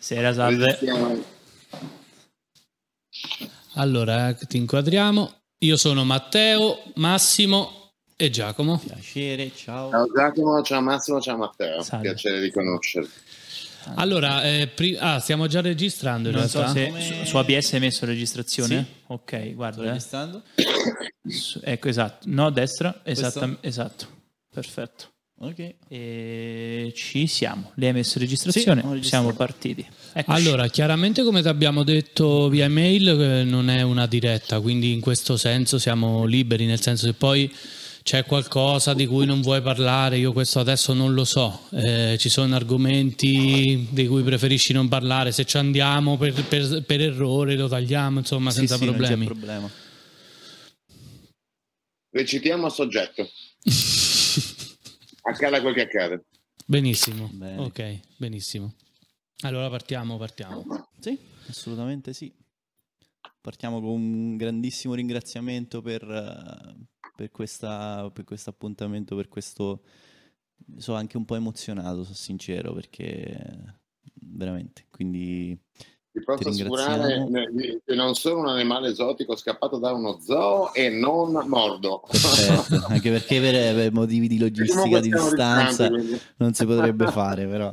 Sera, salve. Allora, ti inquadriamo. Io sono Matteo, Massimo e Giacomo. Piacere, ciao. Ciao Giacomo, ciao Massimo, ciao Matteo. Salve. Piacere di conoscervi. Allora, stiamo già registrando in Non realtà. so se su ABS hai messo registrazione. Sì. Ok, guarda. Sto registrando? Ecco, esatto. No, a destra. Questo? Esatto. Perfetto. Ok. E ci siamo. Lei ha messo registrazione? Sì, ho registrato. Siamo partiti. Eccoci. Allora, chiaramente come ti abbiamo detto via mail, non è una diretta, quindi in questo senso siamo liberi, nel senso che poi c'è qualcosa di cui non vuoi parlare, io questo adesso non lo so, ci sono argomenti di cui preferisci non parlare, se ci andiamo per errore lo tagliamo, insomma, senza problemi. Non c'è problema. Recitiamo a soggetto. Accada quel che accade. Benissimo, Bene. ok, benissimo. Allora partiamo. Sì, assolutamente sì. Partiamo con un grandissimo ringraziamento per questo appuntamento, per questo. Sono anche un po' emozionato, sono sincero, perché veramente, quindi Ti posso ti assicurare ringraziamo. che non sono un animale esotico scappato da uno zoo e non mordo. Perfetto, anche perché per motivi di logistica, Comunque di siamo distanza, distanti, quindi. non si potrebbe fare, però.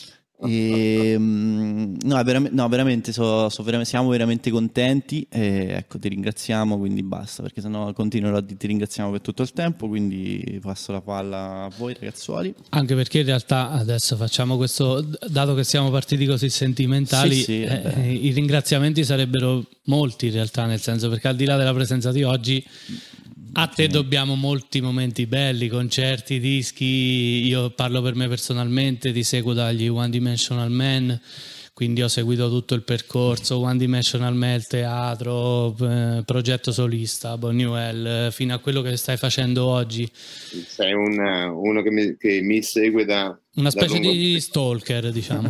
No, veramente siamo veramente contenti e ecco, ti ringraziamo, quindi basta, perché sennò continuerò a dire ti ringraziamo per tutto il tempo, quindi passo la palla a voi ragazzuoli. Anche perché in realtà adesso facciamo questo, dato che siamo partiti così sentimentali, Sì, i ringraziamenti sarebbero molti in realtà, nel senso, perché al di là della presenza di oggi a te dobbiamo molti momenti belli, concerti, dischi. Io parlo per me personalmente, ti seguo dagli One Dimensional Man, quindi ho seguito tutto il percorso One Dimensional Man, il teatro, progetto solista, Bonniwell, fino a quello che stai facendo oggi. Sei uno che mi segue da una specie lungo di stalker, diciamo.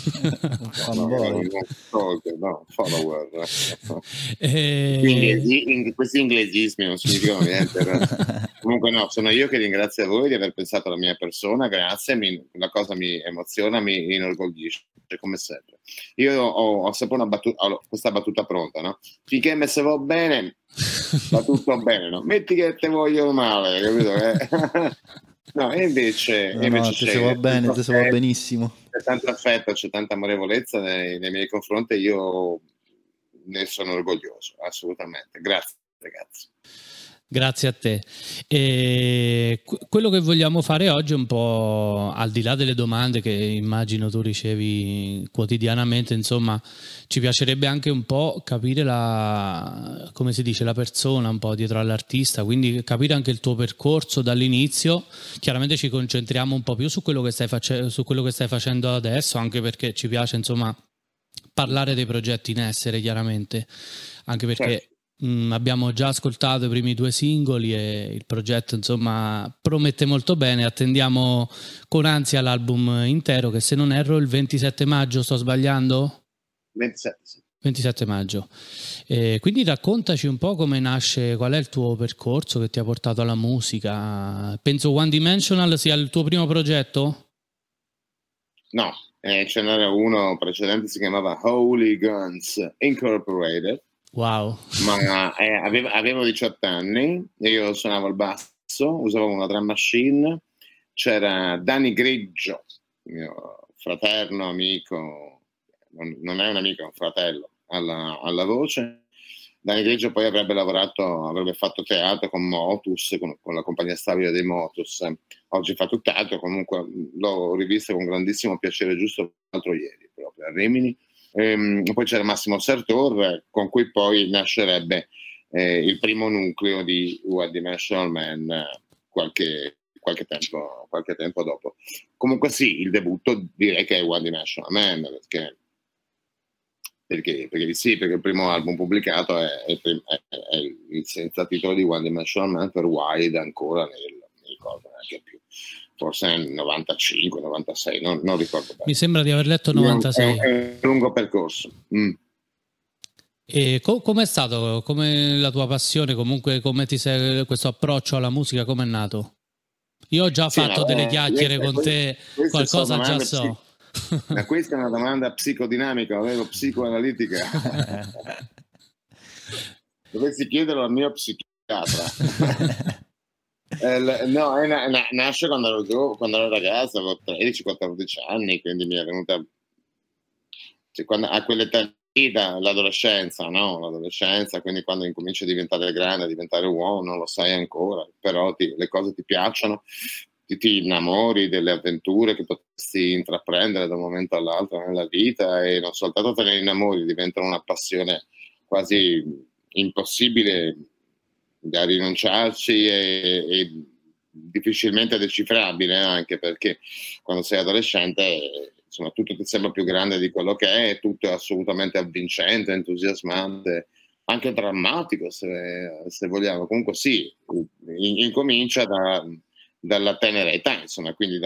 No, follower. Quindi questi inglesismi non significano niente. Comunque no, sono io che ringrazio voi di aver pensato alla mia persona, grazie, la cosa mi emoziona, mi inorgoglisce, come sempre. Io ho sempre questa battuta pronta, no? Finché me se va bene, va tutto bene, no? Metti che te voglio male, capito? No, e invece te va bene, te va benissimo. C'è tanto affetto, c'è tanta amorevolezza nei miei confronti, io ne sono orgoglioso, assolutamente. Grazie ragazzi. Grazie a te. E quello che vogliamo fare oggi è un po', al di là delle domande che immagino tu ricevi quotidianamente, insomma, ci piacerebbe anche un po' capire come si dice, la persona un po' dietro all'artista, quindi capire anche il tuo percorso dall'inizio. Chiaramente ci concentriamo un po' più su quello che stai facendo adesso, anche perché ci piace, insomma, parlare dei progetti in essere, chiaramente, anche perché Certo. Abbiamo già ascoltato i primi 2 singoli e il progetto, insomma, promette molto bene. Attendiamo con ansia l'album intero, che se non erro il 27 maggio, sto sbagliando? 27, sì. 27 maggio. Quindi raccontaci un po' come nasce, qual è il tuo percorso che ti ha portato alla musica. Penso One Dimensional sia il tuo primo progetto? No, ce n'era uno precedente, si chiamava Holy Guns Incorporated. Wow. Ma avevo 18 anni, io suonavo il basso, usavo una drum machine, c'era Danny Griggio, mio fraterno, amico, non è un amico, è un fratello, alla voce. Danny Griggio poi avrebbe fatto teatro con Motus, con la compagnia stabile dei Motus. Oggi fa tutt'altro, comunque l'ho rivisto con grandissimo piacere giusto l'altro ieri, proprio a Rimini. Poi c'era Massimo Sartor, con cui poi nascerebbe il primo nucleo di One Dimensional Man qualche tempo dopo. Comunque sì, il debutto direi che è One Dimensional Man, perché il primo album pubblicato è il senza titolo di One Dimensional Man per Wide, ancora nel ricordo neanche più, forse nel 95, 96, non ricordo bene. Mi sembra di aver letto 96. È un lungo percorso. E com'è stato, come la tua passione, comunque come ti sei, questo approccio alla musica, com'è nato? Io ho già fatto delle chiacchiere con te, qualcosa già so. Ma questa è una domanda psicodinamica, ovvero psicoanalitica. Dovessi chiederlo al mio psichiatra. No, nasce quando ero ragazzo, avevo 13-14 anni, quindi mi è venuta a quell'età lì, l'adolescenza, no? L'adolescenza, quindi quando incominci a diventare grande, a diventare uomo, non lo sai ancora, però le cose ti piacciono, ti innamori delle avventure che potresti intraprendere da un momento all'altro nella vita, e non soltanto te ne innamori, diventano una passione quasi impossibile da rinunciarci e difficilmente decifrabile, anche perché quando sei adolescente, insomma, tutto ti sembra più grande di quello che è, tutto è assolutamente avvincente, entusiasmante, anche drammatico se vogliamo. Comunque sì, incomincia dalla tenera età, insomma, quindi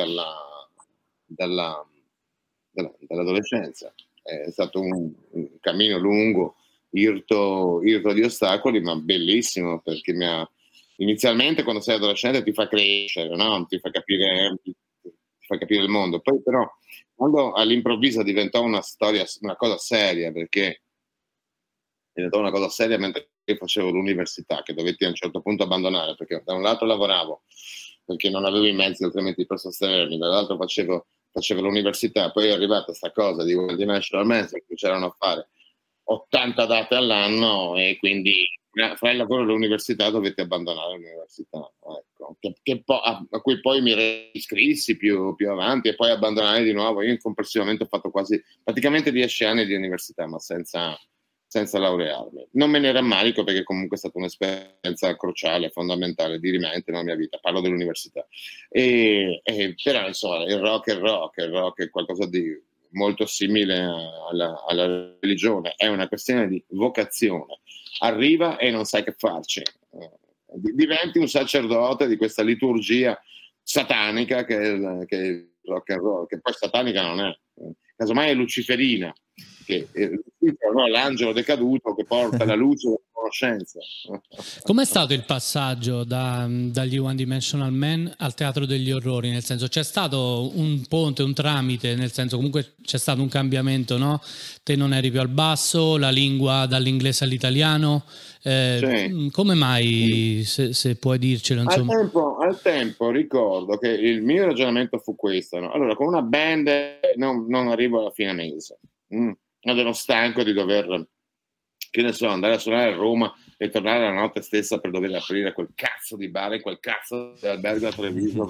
dall'adolescenza. È stato un cammino lungo, irto di ostacoli, ma bellissimo, perché inizialmente quando sei adolescente ti fa crescere, no? Ti fa capire il mondo. Poi però quando all'improvviso diventò una cosa seria, perché diventò una cosa seria mentre facevo l'università, che dovetti a un certo punto abbandonare, perché da un lato lavoravo perché non avevo i mezzi altrimenti per sostenermi, dall'altro facevo l'università. Poi è arrivata questa cosa di One Dimensional Man, che cominciarono a fare 80 date all'anno, e quindi fra il lavoro e l'università dovete abbandonare l'università, ecco. A cui poi mi reiscrissi più avanti, e poi abbandonare di nuovo. Io complessivamente ho fatto praticamente 10 anni di università, ma senza laurearmi. Non me ne rammarico, perché comunque è stata un'esperienza cruciale, fondamentale, dirimente nella mia vita. Parlo dell'università. Però insomma il rock è qualcosa di molto simile alla religione, è una questione di vocazione. Arriva e non sai che farci, diventi un sacerdote di questa liturgia satanica che è il rock and roll, che poi satanica non è, casomai è luciferina, che è l'angelo decaduto che porta la luce della conoscenza. Com'è stato il passaggio dagli One Dimensional Man al teatro degli orrori? Nel senso, c'è stato un ponte, un tramite, nel senso comunque c'è stato un cambiamento, no? Te non eri più al basso, la lingua dall'inglese all'italiano, Sì. Come mai, se puoi dircelo, insomma? Al tempo ricordo che il mio ragionamento fu questo, no? Allora, con una band non arrivo alla fine mese. Ero stanco di dover, che ne so, andare a suonare a Roma e tornare la notte stessa per dover aprire quel cazzo di bar e quel cazzo di albergo a Treviso.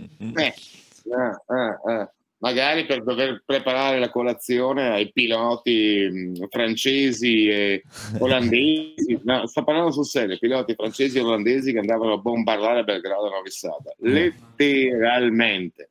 Magari per dover preparare la colazione ai piloti francesi e olandesi, no, sto parlando sul serio, piloti francesi e olandesi che andavano a bombardare Belgrado e Novi Sad, letteralmente.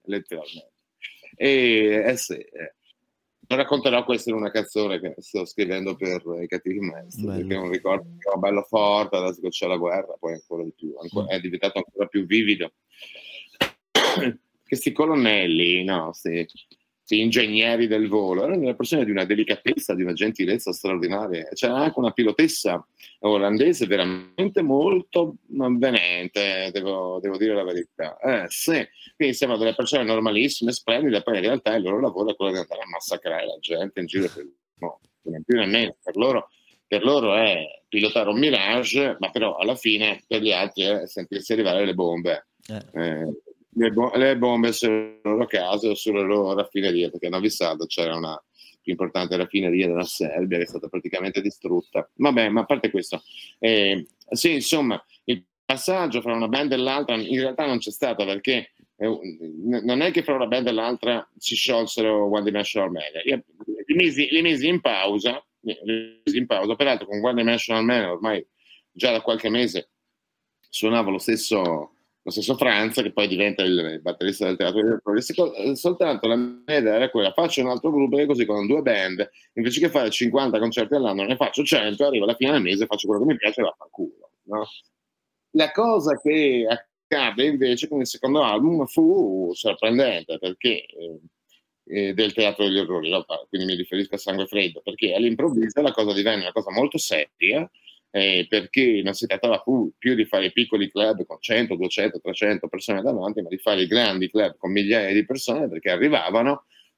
Non racconterò questo in una canzone che sto scrivendo per i Cattivi Maestri, perché è un ricordo che ho bello forte adesso che c'è la guerra, poi ancora di più, è diventato ancora più vivido. Questi colonnelli, no, questi ingegneri del volo, erano delle persone di una delicatezza, di una gentilezza straordinaria. C'era anche una pilotessa olandese veramente molto avvenente, devo dire la verità. Sì. Quindi sembrano delle persone normalissime, splendide, poi in realtà il loro lavoro è quello di andare a massacrare la gente in giro per il mondo. Non più nemmeno. Per loro è pilotare un Mirage, ma però alla fine per gli altri è sentirsi arrivare le bombe. Le bombe sulle loro case o sulle loro raffinerie, perché a Novi Sad c'era una più importante raffineria della Serbia che è stata praticamente distrutta. Vabbè, ma a parte questo, sì, insomma, il passaggio fra una band e l'altra in realtà non c'è stato, perché non è che fra una band e l'altra si sciolsero One Dimensional Man. Io li misi in pausa, peraltro con One Dimensional Man ormai già da qualche mese suonavo lo stesso Franz, che poi diventa il batterista del teatro degli orrori. Soltanto la mia idea era quella: faccio un altro gruppo, e così con 2 band, invece che fare 50 concerti all'anno, ne faccio 100, arrivo alla fine del mese, faccio quello che mi piace e vaffanculo, no? La cosa che accade invece con il secondo album fu sorprendente, perché del teatro degli orrori, quindi mi riferisco a Sangue Freddo, perché all'improvviso la cosa divenne una cosa molto seria, perché non si trattava più di fare piccoli club con 100, 200, 300 persone davanti, ma di fare i grandi club con migliaia di persone, perché arrivavano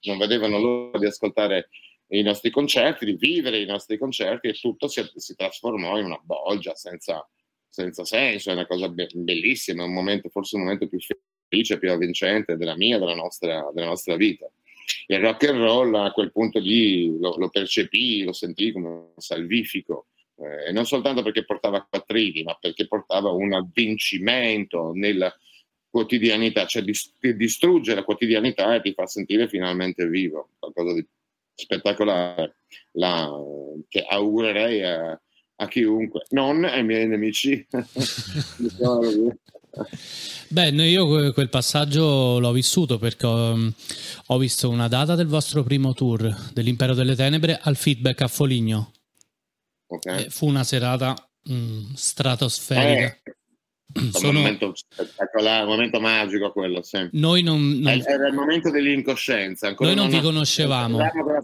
non vedevano l'ora di ascoltare i nostri concerti, di vivere i nostri concerti, e tutto si trasformò in una bolgia senza senso. È una cosa bellissima, forse un momento più felice, più avvincente della nostra vita. Il rock and roll a quel punto lì lo percepì, lo sentii come salvifico, e non soltanto perché portava quattrini, ma perché portava un avvincimento nella quotidianità, cioè distrugge la quotidianità e ti fa sentire finalmente vivo, qualcosa di spettacolare, che augurerei a chiunque, non ai miei nemici. Beh, io quel passaggio l'ho vissuto, perché ho visto una data del vostro primo tour dell'Impero delle Tenebre al Feedback a Foligno. Okay. Fu una serata stratosferica. Un momento spettacolare, un momento magico quello, sì. Noi era il momento dell'incoscienza. Noi non vi conoscevamo.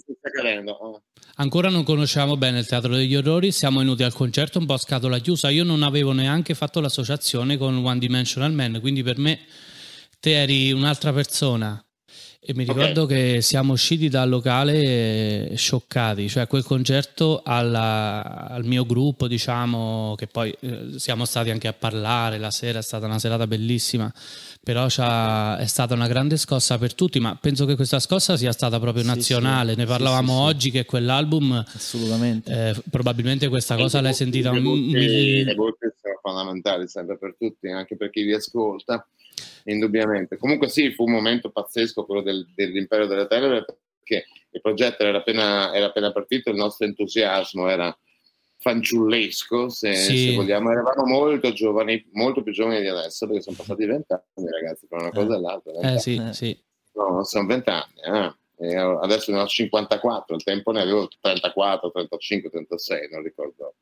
Ancora non conoscevamo bene il Teatro degli Orrori, siamo venuti al concerto un po' a scatola chiusa. Io non avevo neanche fatto l'associazione con One Dimensional Man, quindi per me te eri un'altra persona. E mi ricordo che siamo usciti dal locale scioccati, cioè quel concerto al mio gruppo, diciamo, che poi siamo stati anche a parlare la sera, è stata una serata bellissima, però è stata una grande scossa per tutti, ma penso che questa scossa sia stata proprio nazionale. Ne parlavamo oggi, che quell'album, assolutamente, probabilmente questa cosa l'hai sentita i debutti sono fondamentali sempre per tutti, anche per chi li ascolta. Indubbiamente. Comunque sì, fu un momento pazzesco quello dell'Impero delle Tenebre, perché il progetto era appena partito, il nostro entusiasmo era fanciullesco, se vogliamo. Eravamo molto giovani, molto più giovani di adesso, perché sono passati 20 anni, ragazzi, tra una cosa e l'altra. Sì. No, sono 20 anni. E adesso ne ho 54, al tempo ne avevo 34, 35, 36, non ricordo.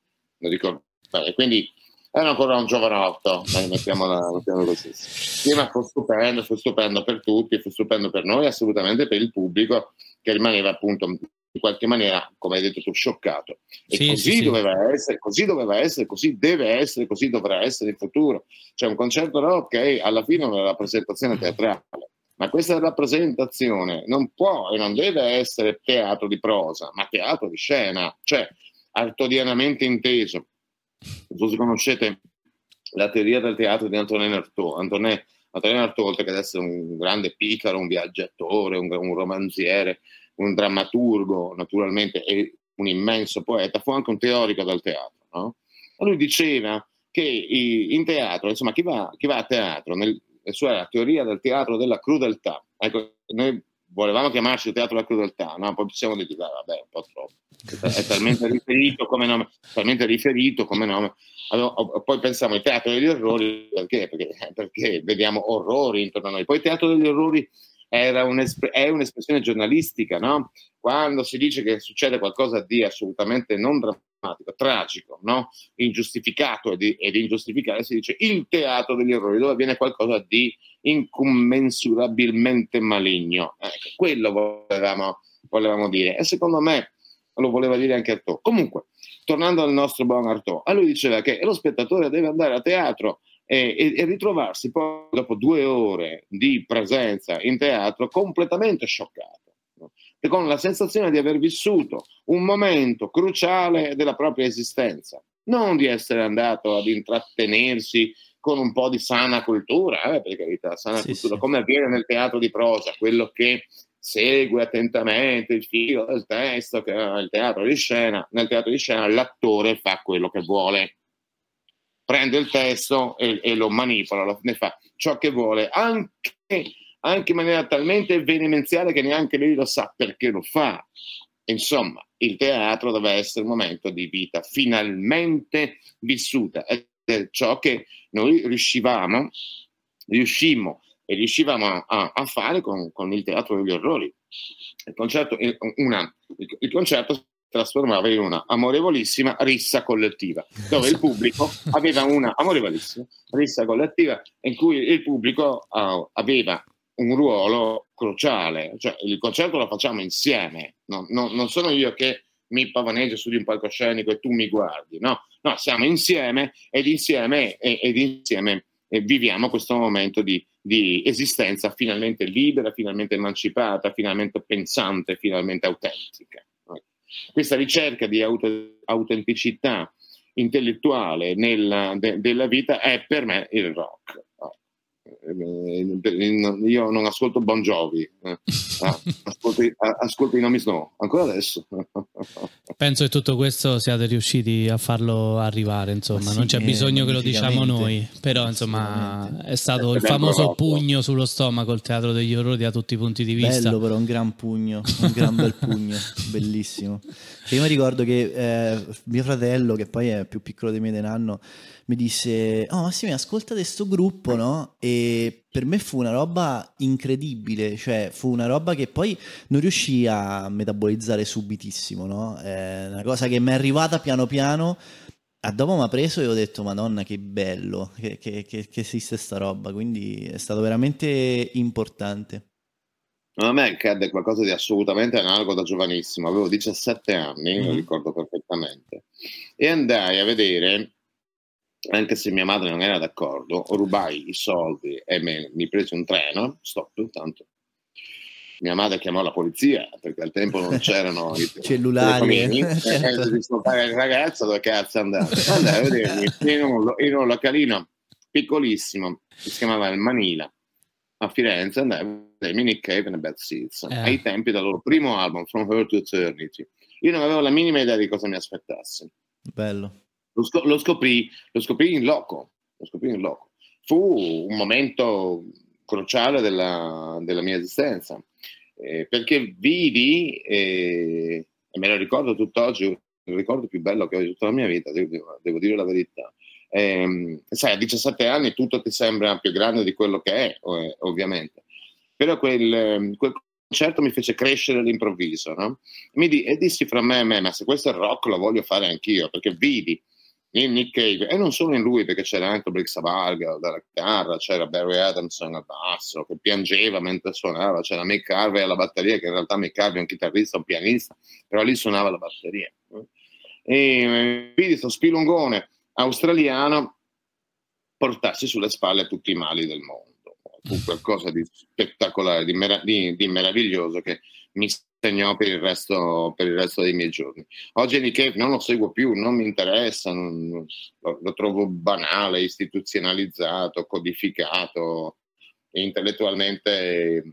E quindi era ancora un giovanotto, mettiamola così. Sì, ma fu stupendo per tutti, fu stupendo per noi, assolutamente per il pubblico, che rimaneva appunto in qualche maniera, come hai detto tu, scioccato. E così doveva essere, così deve essere, così dovrà essere in futuro. C'è un concerto rock che alla fine è una rappresentazione teatrale, ma questa rappresentazione non può e non deve essere teatro di prosa, ma teatro di scena, cioè artodianamente inteso. Voi conoscete la teoria del teatro di Antonin Artaud. Antonin Artaud, oltre che ad essere un grande picaro, un viaggiatore, un romanziere, un drammaturgo, naturalmente, e un immenso poeta, fu anche un teorico del teatro, no? E lui diceva che in teatro, insomma, chi va a teatro, la sua teoria del teatro della crudeltà, ecco, noi volevamo chiamarci il teatro della crudeltà, no? Poi possiamo dire, vabbè, un po' troppo. È talmente riferito come nome. Allora, poi pensiamo al teatro degli orrori, perché vediamo orrori intorno a noi. Poi il teatro degli orrori è un'espressione giornalistica, no? Quando si dice che succede qualcosa di assolutamente non drammatico, tragico, no? Ingiustificato ed ingiustificare, si dice il teatro degli orrori, dove avviene qualcosa di incommensurabilmente maligno. Quello volevamo dire, e secondo me lo voleva dire anche Artaud. Comunque, tornando al nostro buon Artaud, lui diceva che lo spettatore deve andare a teatro e ritrovarsi poi dopo 2 ore di presenza in teatro completamente scioccato, no? E con la sensazione di aver vissuto un momento cruciale della propria esistenza, non di essere andato ad intrattenersi con un po' di sana cultura, per carità, sana cultura, come avviene nel teatro di prosa, quello che segue attentamente il filo del testo, che è il teatro di scena. Nel teatro di scena l'attore fa quello che vuole, prende il testo e lo manipola, ne fa ciò che vuole, anche in maniera talmente veemenziale che neanche lui lo sa perché lo fa. Insomma, il teatro deve essere un momento di vita finalmente vissuta, ed è ciò che noi riuscivamo a fare con il teatro degli orrori. Il concerto si trasformava in una amorevolissima rissa collettiva, dove il pubblico aveva una amorevolissima rissa collettiva in cui il pubblico aveva un ruolo cruciale. Cioè, il concerto lo facciamo insieme, non sono io che mi pavaneggio su di un palcoscenico e tu mi guardi, no, siamo insieme ed insieme viviamo questo momento di di esistenza finalmente libera, finalmente emancipata, finalmente pensante, finalmente autentica. Questa ricerca di autenticità intellettuale della vita è per me il rock. Io non ascolto Bon Jovi, ascolto i nomi Snow ancora adesso. Penso che tutto questo siate riusciti a farlo arrivare, insomma, sì, non c'è bisogno che lo diciamo noi, però insomma è stato il famoso pugno sullo stomaco, il teatro degli orrori da tutti i punti di vista. Bello, però un gran pugno, un gran bel pugno, bellissimo. Io mi ricordo che mio fratello, che poi è più piccolo di me di un anno, mi disse: oh Massimo, ascoltate sto gruppo, no? E per me fu una roba incredibile, cioè fu una roba che poi non riuscii a metabolizzare subitissimo, no? Una cosa che mi è arrivata piano piano, a dopo mi ha preso e ho detto: Madonna, che bello che esiste sta roba, quindi è stato veramente importante. A me accadde qualcosa di assolutamente analogo da giovanissimo, avevo 17 anni, lo ricordo perfettamente, e andai a vedere, anche se mia madre non era d'accordo, rubai i soldi e mi presi un treno, stop, tanto. Mia madre chiamò la polizia, perché al tempo non c'erano i cellulari. Certo. Il ragazzo dove cazzo andava? Andai a vedermi in un localino piccolissimo, che si chiamava il Manila, a Firenze, andai a vedermi Nick Cave e Bad Seeds, ai tempi del loro primo album, From Here to Eternity. Io non avevo la minima idea di cosa mi aspettassi. Bello. Lo scoprì in loco. Fu un momento cruciale della mia esistenza, perché vidi, e me lo ricordo tutt'oggi, il ricordo più bello che ho di tutta la mia vita, devo dire la verità. Sai, a 17 anni tutto ti sembra più grande di quello che è, ovviamente, però quel concerto mi fece crescere all'improvviso, no? E dissi fra me e me: ma se questo è rock lo voglio fare anch'io, perché vidi in Nick Cave, e non solo in lui, perché c'era anche Blake Sabarga dalla chitarra, c'era Barry Adamson al basso che piangeva mentre suonava, c'era Mick Harvey alla batteria, che in realtà Mick Harvey è un chitarrista, un pianista, però lì suonava la batteria, e vidi questo spilungone australiano portarsi sulle spalle tutti i mali del mondo. Fu qualcosa di spettacolare, di meraviglioso, che mi segnò per il resto dei miei giorni. Oggi Nick Cave non lo seguo più, non mi interessa, lo trovo banale, istituzionalizzato, codificato, intellettualmente,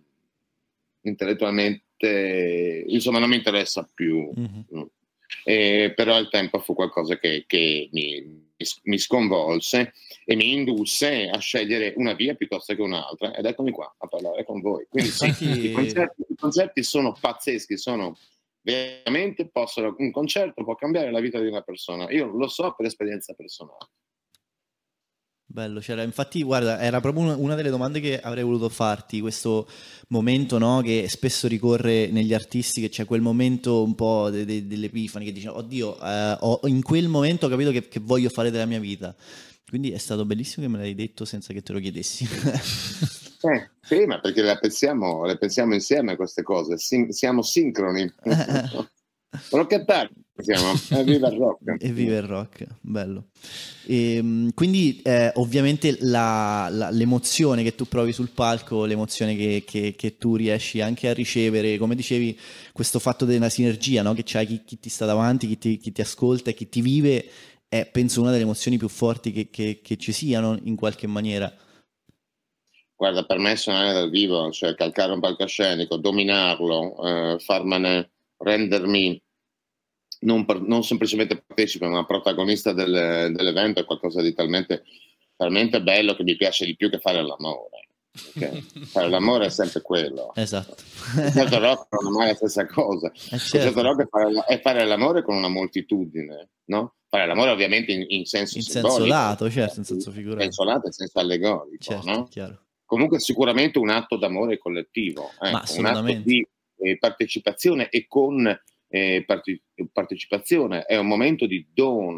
insomma, non mi interessa più. Però al tempo fu qualcosa che mi sconvolse e mi indusse a scegliere una via piuttosto che un'altra, ed eccomi qua a parlare con voi. Quindi sì, i concerti sono pazzeschi, sono veramente, un concerto può cambiare la vita di una persona, io lo so per esperienza personale. Bello, infatti guarda, era proprio una delle domande che avrei voluto farti, questo momento, no, che spesso ricorre negli artisti, che c'è quel momento un po' dell'epifani, che dice: oddio, in quel momento ho capito che voglio fare della mia vita. Quindi è stato bellissimo che me l'hai detto senza che te lo chiedessi. Sì, ma perché le pensiamo insieme queste cose, siamo sincroni. Rockettari siamo, e viva il rock. E viva il rock, bello. Quindi ovviamente l'emozione che tu provi sul palco, l'emozione che tu riesci anche a ricevere, come dicevi, questo fatto della sinergia, no? Che c'hai chi ti sta davanti, chi ti ascolta e chi ti vive, è penso una delle emozioni più forti che ci siano in qualche maniera. Guarda, per me suonare dal vivo, cioè calcare un palcoscenico, dominarlo, rendermi non semplicemente partecipe, ma protagonista dell'evento, è qualcosa di talmente bello che mi piace di più che fare l'amore. Okay? Fare l'amore è sempre quello. Esatto. Il concerto rock non è mai la stessa cosa. Il concerto rock è fare l'amore con una moltitudine, no? Fare l'amore ovviamente in senso simbolico. Senso lato, certo, in senso figurato. Senso lato e senso allegorico, certo, no? Chiaro. Comunque sicuramente un atto d'amore collettivo, Ma un atto di partecipazione, e con partecipazione è un momento di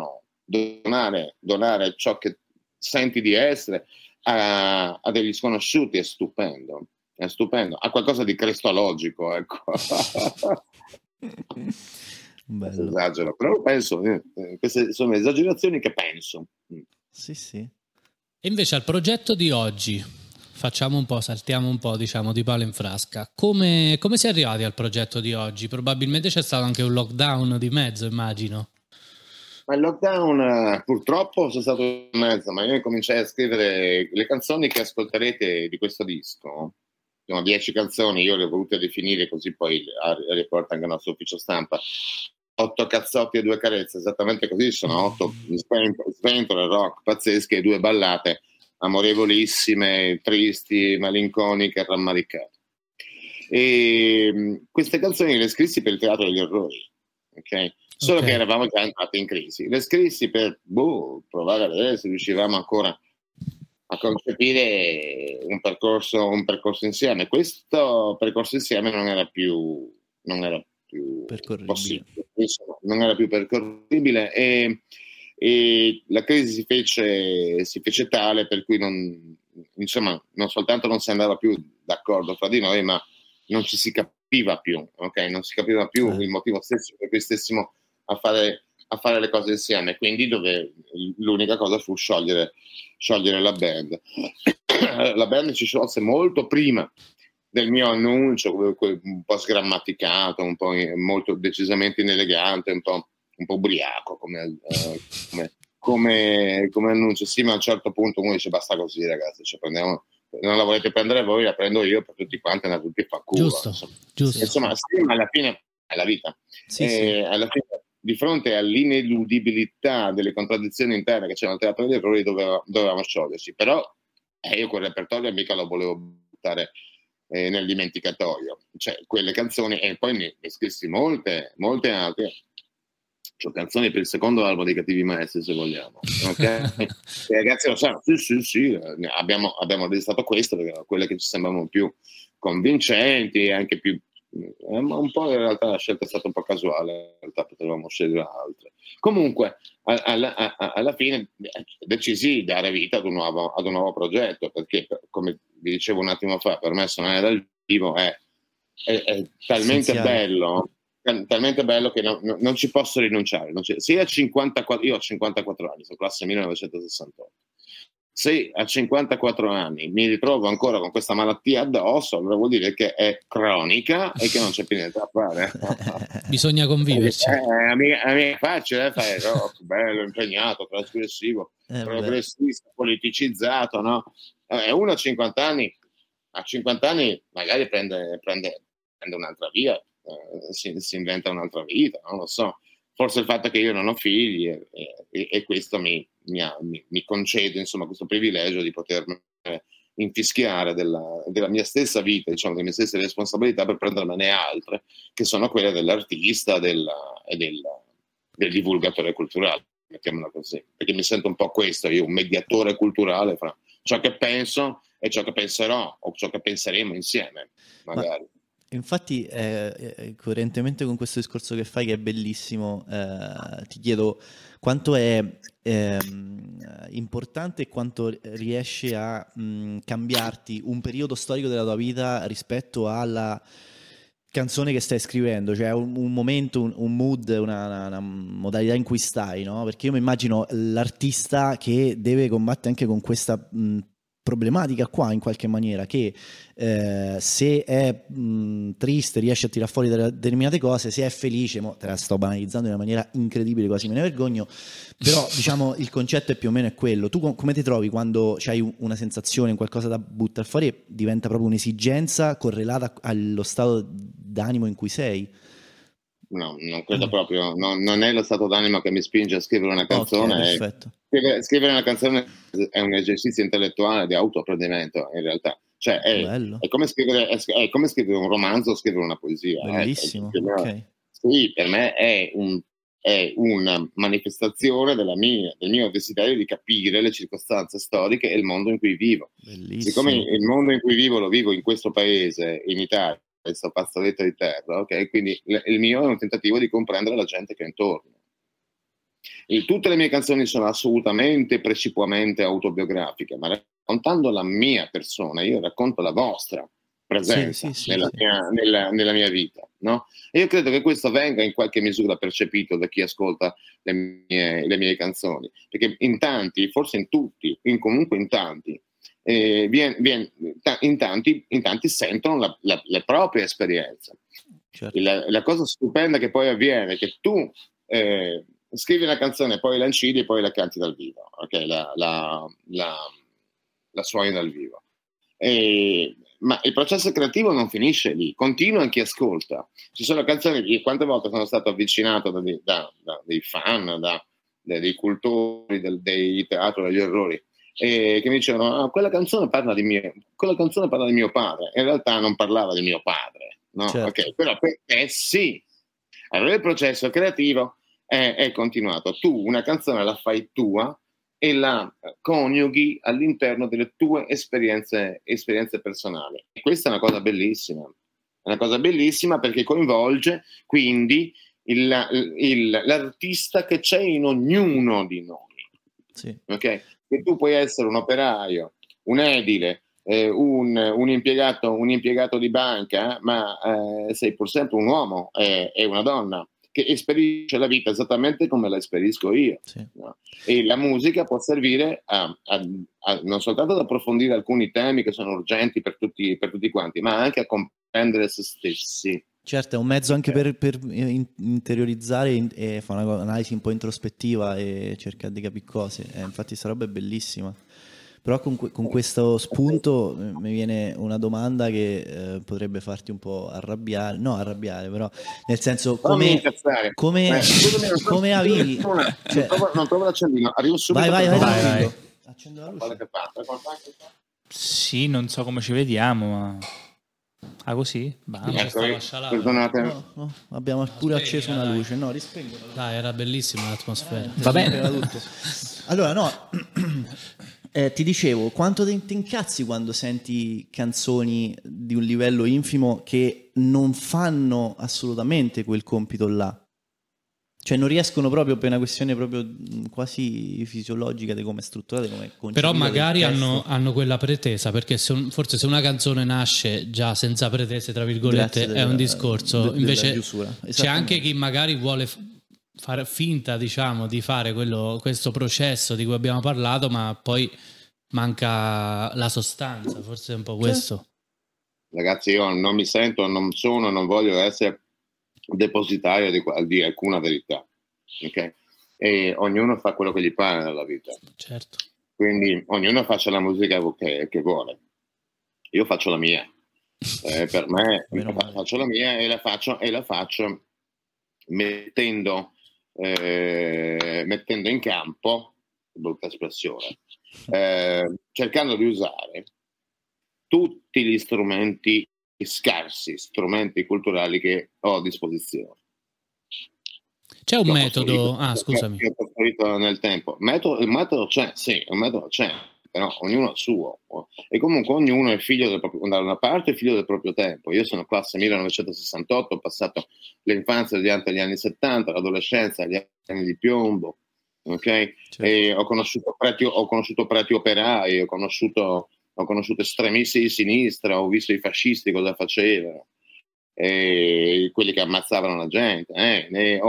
donare ciò che senti di essere a degli sconosciuti, è stupendo, ha qualcosa di cristologico, ecco. Bello. Esagero, però penso, queste sono esagerazioni che penso. Sì. E invece al progetto di oggi, facciamo un po', saltiamo un po', diciamo, di palo in frasca. Come si è arrivati al progetto di oggi? Probabilmente c'è stato anche un lockdown di mezzo, immagino. Ma il lockdown purtroppo sono stato in mezzo, ma io cominciai a scrivere le canzoni che ascolterete di questo disco. Sono 10 canzoni, io le ho volute definire così, poi le riporta anche il nostro ufficio stampa. 8 cazzotti e 2 carezze, esattamente così, sono 8 sventole rock pazzesche e 2 ballate amorevolissime, tristi, malinconiche, rammaricate. E queste canzoni le scrissi per il Teatro degli Orrori, ok? Solo che eravamo già entrati in crisi. Le scrissi per provare a vedere se riuscivamo ancora a concepire un percorso insieme. Questo percorso insieme non era più possibile, non era più percorribile e la crisi si fece tale per cui non soltanto non si andava più d'accordo fra di noi, ma non ci si capiva più, ok? Non si capiva più il motivo stesso per cui stessimo a fare le cose insieme, quindi l'unica cosa fu sciogliere la band. La band ci sciolse molto prima del mio annuncio, un po' sgrammaticato, un po' molto decisamente inelegante, un po' ubriaco come annuncio. Sì, ma a un certo punto uno dice basta così, ragazzi, non la volete prendere voi, la prendo io per tutti quanti, andate tutti a fa culo. Giusto. Insomma, sì, ma alla fine è la vita. Sì. Alla fine, di fronte all'ineludibilità delle contraddizioni interne che c'erano al Teatro degli Errori, dovevamo scioglierci. Però io quel repertorio mica lo volevo buttare nel dimenticatoio. Cioè, quelle canzoni, e poi ne scrissi molte altre. C'ho canzoni per il secondo album dei Cattivi Maestri, se vogliamo. Okay? I ragazzi lo sanno, sì, abbiamo registrato questo perché erano quelle che ci sembravano più convincenti e anche più... ma un po' in realtà la scelta è stata un po' casuale, in realtà potevamo scegliere altre. Comunque, alla fine decisi di dare vita ad un nuovo progetto, perché, come vi dicevo un attimo fa, per me suonare dal vivo è talmente bello... talmente bello che non ci posso rinunciare. Se a 54, io ho 54 anni, sono classe 1968. Se a 54 anni mi ritrovo ancora con questa malattia addosso, allora vuol dire che è cronica e che non c'è più niente da fare. Bisogna conviverci. A me è facile fare rock, bello, impegnato, trasgressivo, progressista, politicizzato, no? Uno a 50 anni magari prende un'altra via. Si inventa un'altra vita, non lo so. Forse il fatto che io non ho figli e questo mi concede, insomma, questo privilegio di potermi infischiare della mia stessa vita, diciamo, delle mie stesse responsabilità per prendermene altre, che sono quelle dell'artista e del divulgatore culturale, mettiamola così, perché mi sento un po' questo, io un mediatore culturale fra ciò che penso e ciò che penserò o ciò che penseremo insieme, magari. Infatti, coerentemente con questo discorso che fai, che è bellissimo, ti chiedo quanto è importante e quanto riesce a cambiarti un periodo storico della tua vita rispetto alla canzone che stai scrivendo, cioè un momento, un mood, una modalità in cui stai, no? Perché io mi immagino l'artista che deve combattere anche con questa problematica qua, in qualche maniera, che se è triste riesce a tirare fuori determinate cose, se è felice, te la sto banalizzando in una maniera incredibile, quasi me ne vergogno, però diciamo il concetto è più o meno è quello. Tu come ti trovi quando c'hai una sensazione, qualcosa da buttare fuori e diventa proprio un'esigenza correlata allo stato d'animo in cui sei? No, non credo proprio, non è lo stato d'animo che mi spinge a scrivere una canzone. Okay, perfetto. Scrivere una canzone è un esercizio intellettuale di autoapprendimento, in realtà. Cioè è come scrivere un romanzo o scrivere una poesia. Bellissimo. Okay. Sì, per me è una manifestazione del mio desiderio di capire le circostanze storiche e il mondo in cui vivo. Bellissimo. Siccome il mondo in cui vivo lo vivo in questo paese, in Italia, questo fazzoletto di terra, ok? Quindi il mio è un tentativo di comprendere la gente che è intorno. Tutte le mie canzoni sono assolutamente, precipuamente autobiografiche, ma raccontando la mia persona, io racconto la vostra presenza nella mia vita, no? E io credo che questo venga in qualche misura percepito da chi ascolta le mie canzoni, perché in tanti, forse in tutti, comunque in tanti, in tanti sentono le proprie esperienze. Certo. La cosa stupenda che poi avviene è che tu scrivi una canzone, poi la incidi e poi la canti dal vivo, okay? La suoni dal vivo. Ma il processo creativo non finisce lì, continua anche chi ascolta. Ci sono canzoni, quante volte sono stato avvicinato da dei fan, dei cultori dei teatro degli errori, che mi dicevano quella canzone parla di mio padre. In realtà non parlava di mio padre, no? Certo. Okay, però sì. Allora il processo creativo è continuato. Tu una canzone la fai tua e la coniughi all'interno delle tue esperienze personali. E questa è una cosa bellissima perché coinvolge quindi l'artista che c'è in ognuno di noi. Sì. Okay? Che tu puoi essere un operaio, un edile, un impiegato di banca, ma sei pur sempre un uomo e una donna che esperisce la vita esattamente come la esperisco io. Sì. No? E la musica può servire non soltanto ad approfondire alcuni temi che sono urgenti per tutti quanti, ma anche a comprendere se stessi. Certo, è un mezzo anche per interiorizzare e fare un'analisi un po' introspettiva e cercare di capire cose. Infatti sta roba è bellissima. Però con questo spunto mi viene una domanda che potrebbe farti un po' arrabbiare, però nel senso come avevi... Non trovo l'accendino, arrivo subito. Vai. Accendo la luce. Sì, non so come ci vediamo, ma... così? Perdonate. No, abbiamo pure acceso una luce. No, rispengo. Dai, era bellissima l'atmosfera. Va bene. Allora, no... ti dicevo, quanto ti incazzi quando senti canzoni di un livello infimo che non fanno assolutamente quel compito là? Cioè non riescono proprio per una questione proprio quasi fisiologica di come è strutturata, come concepita. Però magari hanno quella pretesa, perché forse se una canzone nasce già senza pretese, tra virgolette, è un discorso. Invece c'è anche chi magari vuole fare finta, diciamo, di fare questo processo di cui abbiamo parlato, ma poi manca la sostanza, forse è un po' questo. Ragazzi, io non mi sento, non voglio essere depositario di alcuna verità, ok? E ognuno fa quello che gli pare nella vita. Certo. Quindi ognuno faccia la musica che vuole. Io faccio la mia. Per me faccio la mia e la faccio mettendo in campo, brutta espressione, cercando di usare tutti gli scarsi strumenti culturali che ho a disposizione. C'è un metodo? Scusami. Che ho costruito nel tempo. Il metodo c'è, però ognuno ha il suo. E comunque ognuno è figlio da una parte è figlio del proprio tempo. Io sono classe 1968, ho passato l'infanzia degli anni 70, l'adolescenza, gli anni di piombo, ok? Certo. E ho conosciuto preti operai, ho conosciuto estremisti di sinistra, ho visto i fascisti cosa facevano, quelli che ammazzavano la gente,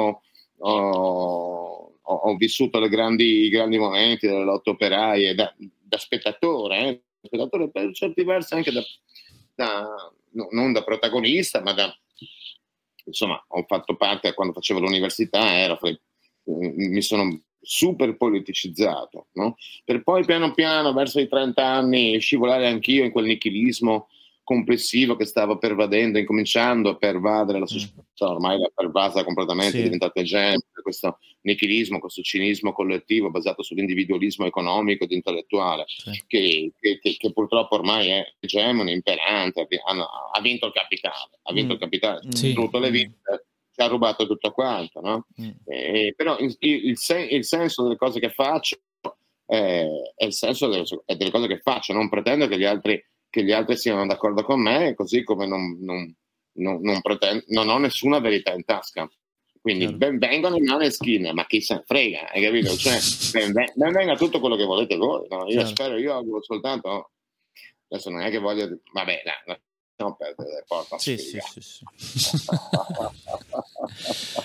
ho vissuto i grandi momenti delle lotte operaie da spettatore per certi versi anche non da protagonista, ma insomma ho fatto parte quando facevo l'università, mi sono super politicizzato, no? Per poi piano piano verso i 30 anni scivolare anch'io in quel nichilismo complessivo che stava incominciando a pervadere la società, ormai l'ha pervasa completamente, è diventata gente, questo nichilismo, questo cinismo collettivo basato sull'individualismo economico ed intellettuale, che purtroppo ormai è egemone, imperante, ha vinto il capitale, tutto le vite, ci ha rubato tutto quanto, no? Però il senso delle cose che faccio è il senso delle cose che faccio, non pretendo che gli altri siano d'accordo con me, così come non ho nessuna verità in tasca. Quindi vengono in Maneskin, ma chi se ne frega, hai capito? Cioè, ben venga tutto quello che volete voi, no? Io auguro soltanto, adesso non è che voglio, vabbè, lasciamo perdere, porta. Sì.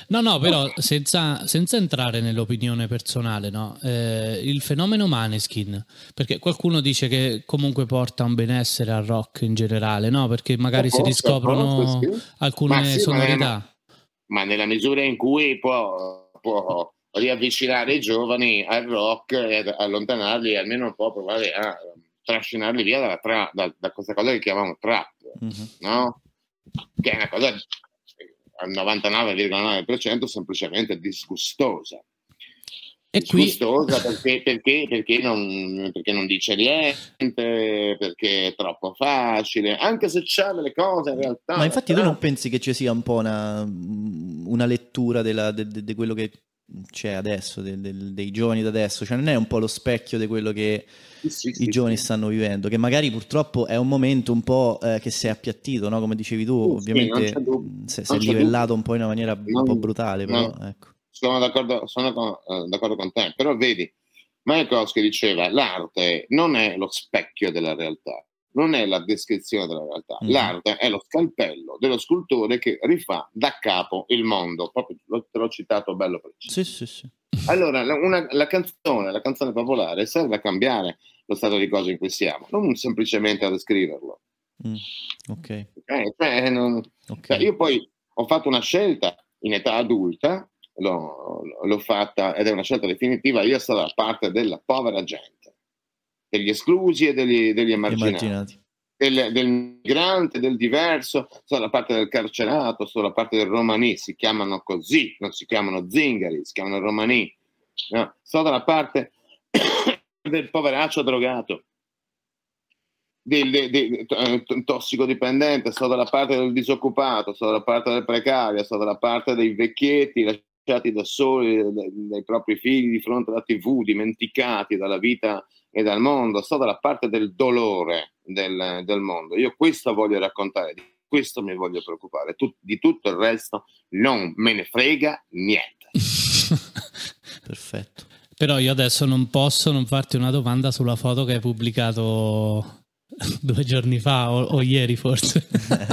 No, però senza entrare nell'opinione personale, no? Il fenomeno Maneskin, perché qualcuno dice che comunque porta un benessere al rock in generale, no? Perché magari si riscoprono sì. alcune sonorità. Ma nella misura in cui può riavvicinare i giovani al rock e allontanarli, almeno un po' provare a trascinarli via da questa cosa che chiamiamo trap, no? Che è una cosa al 99,9% semplicemente disgustosa. Disgustosa perché non dice niente, perché è troppo facile, anche se c'ha delle cose in realtà. Ma infatti tu non pensi che ci sia un po' una lettura di quello che c'è adesso, dei giovani da adesso? Cioè non è un po' lo specchio di quello che i giovani stanno vivendo, che magari purtroppo è un momento un po' che si è appiattito, no? Come dicevi tu, ovviamente si è livellato un po' in una maniera un po' brutale, però ecco. Sono d'accordo con te, però vedi, Majakovskij diceva l'arte non è lo specchio della realtà, non è la descrizione della realtà, l'arte è lo scalpello dello scultore che rifà da capo il mondo, proprio te l'ho citato bello preciso. Sì. Allora la canzone popolare serve a cambiare lo stato di cose in cui siamo, non semplicemente a descriverlo. Ok. Cioè, io poi ho fatto una scelta in età adulta, l'ho fatta ed è una scelta definitiva. Io sto dalla parte della povera gente, degli esclusi e degli emarginati. Del migrante, del diverso, sto dalla parte del carcerato, sto dalla parte del romanì, si chiamano così, non si chiamano zingari, si chiamano romanì, no? Sto dalla parte del poveraccio drogato, del tossicodipendente, sto dalla parte del disoccupato, sto dalla parte del precario, sto dalla parte dei vecchietti lasciati da soli dai propri figli di fronte alla TV, dimenticati dalla vita e dal mondo, sto dalla parte del dolore del mondo. Io questo voglio raccontare, di questo mi voglio preoccupare, di tutto il resto non me ne frega niente. Perfetto. Però io adesso non posso non farti una domanda sulla foto che hai pubblicato 2 giorni fa o ieri forse.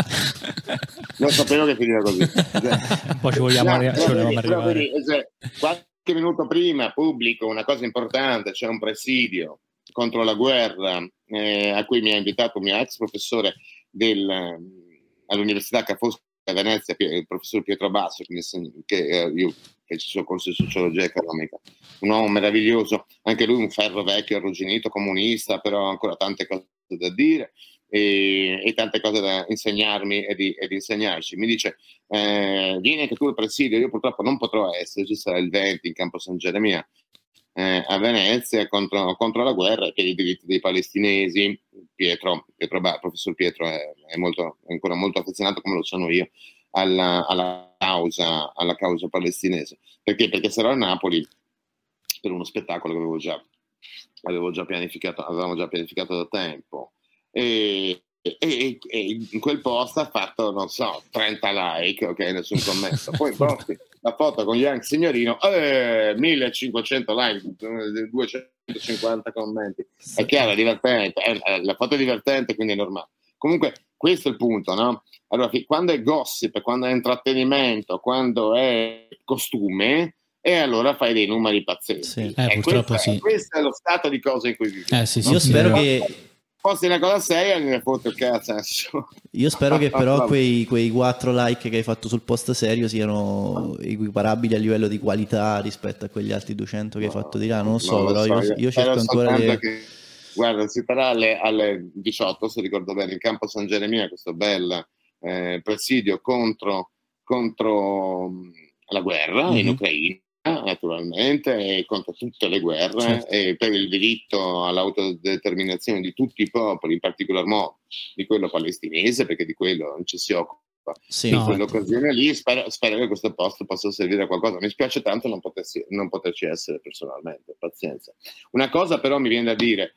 Non sapevo che finiva così. Poi ci vogliamo arrivare. Qualche minuto prima pubblico una cosa importante, c'è un presidio contro la guerra a cui mi ha invitato un mio ex professore all'Università Ca' Foscari a Venezia, il professor Pietro Basso, che io feci il suo corso di sociologia economica, un uomo meraviglioso, anche lui un ferro vecchio, arrugginito, comunista, però ancora tante cose da dire e tante cose da insegnarmi e di insegnarci. Mi dice vieni anche tu al presidio. Io purtroppo non potrò esserci, sarà il 20 in Campo San Geremia a Venezia contro la guerra e per i diritti dei palestinesi. Il professor Pietro è ancora molto affezionato, come lo sono io, alla causa palestinese, perché sarò a Napoli per uno spettacolo che avevamo già pianificato da tempo e in quel post ha fatto, non so, 30 like, ok, nessun commento. Poi posti la foto con Young Signorino, 1500 like, 250 commenti. È chiaro, è divertente, la foto è divertente, quindi è normale. Comunque questo è il punto, no? Allora, quando è gossip, quando è intrattenimento, quando è costume, e allora fai dei numeri pazzeschi. Purtroppo questo è lo stato di cose in cui viviamo. Io spero che fosse una cosa seria, ne foto il cazzo. Io spero che però quei 4 like che hai fatto sul post serio siano equiparabili a livello di qualità rispetto a quegli altri 200 che hai fatto di là. Non lo so, però io cerco ancora di... Guarda, si farà alle 18, se ricordo bene, in Campo San Geremia, questo bel presidio contro la guerra in Ucraina, naturalmente, e contro tutte le guerre, certo, e per il diritto all'autodeterminazione di tutti i popoli, in particolar modo di quello palestinese, perché di quello non ci si occupa. In quell'occasione lì spero che questo post possa servire a qualcosa. Mi spiace tanto non poterci essere personalmente, pazienza. Una cosa però mi viene da dire,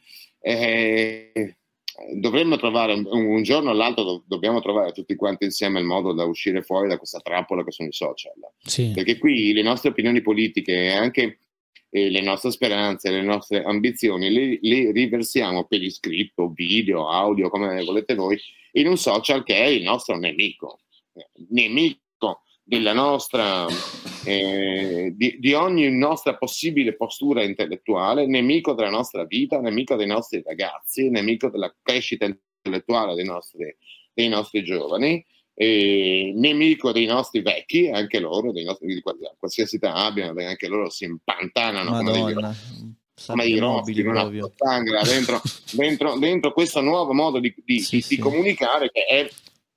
dovremmo trovare un giorno o l'altro, dobbiamo trovare tutti quanti insieme il modo da uscire fuori da questa trappola che sono i social, perché qui le nostre opinioni politiche e anche le nostre speranze, le nostre ambizioni le riversiamo per iscritto, video, audio, come volete voi, in un social che è il nostro nemico della nostra, di ogni nostra possibile postura intellettuale, nemico della nostra vita, nemico dei nostri ragazzi, nemico della crescita intellettuale dei nostri giovani, nemico dei nostri vecchi, anche loro, dei nostri, di qualsiasi età abbiano, anche loro si impantanano Madonna, come dei rospi, proprio. Dentro questo nuovo modo di comunicare che è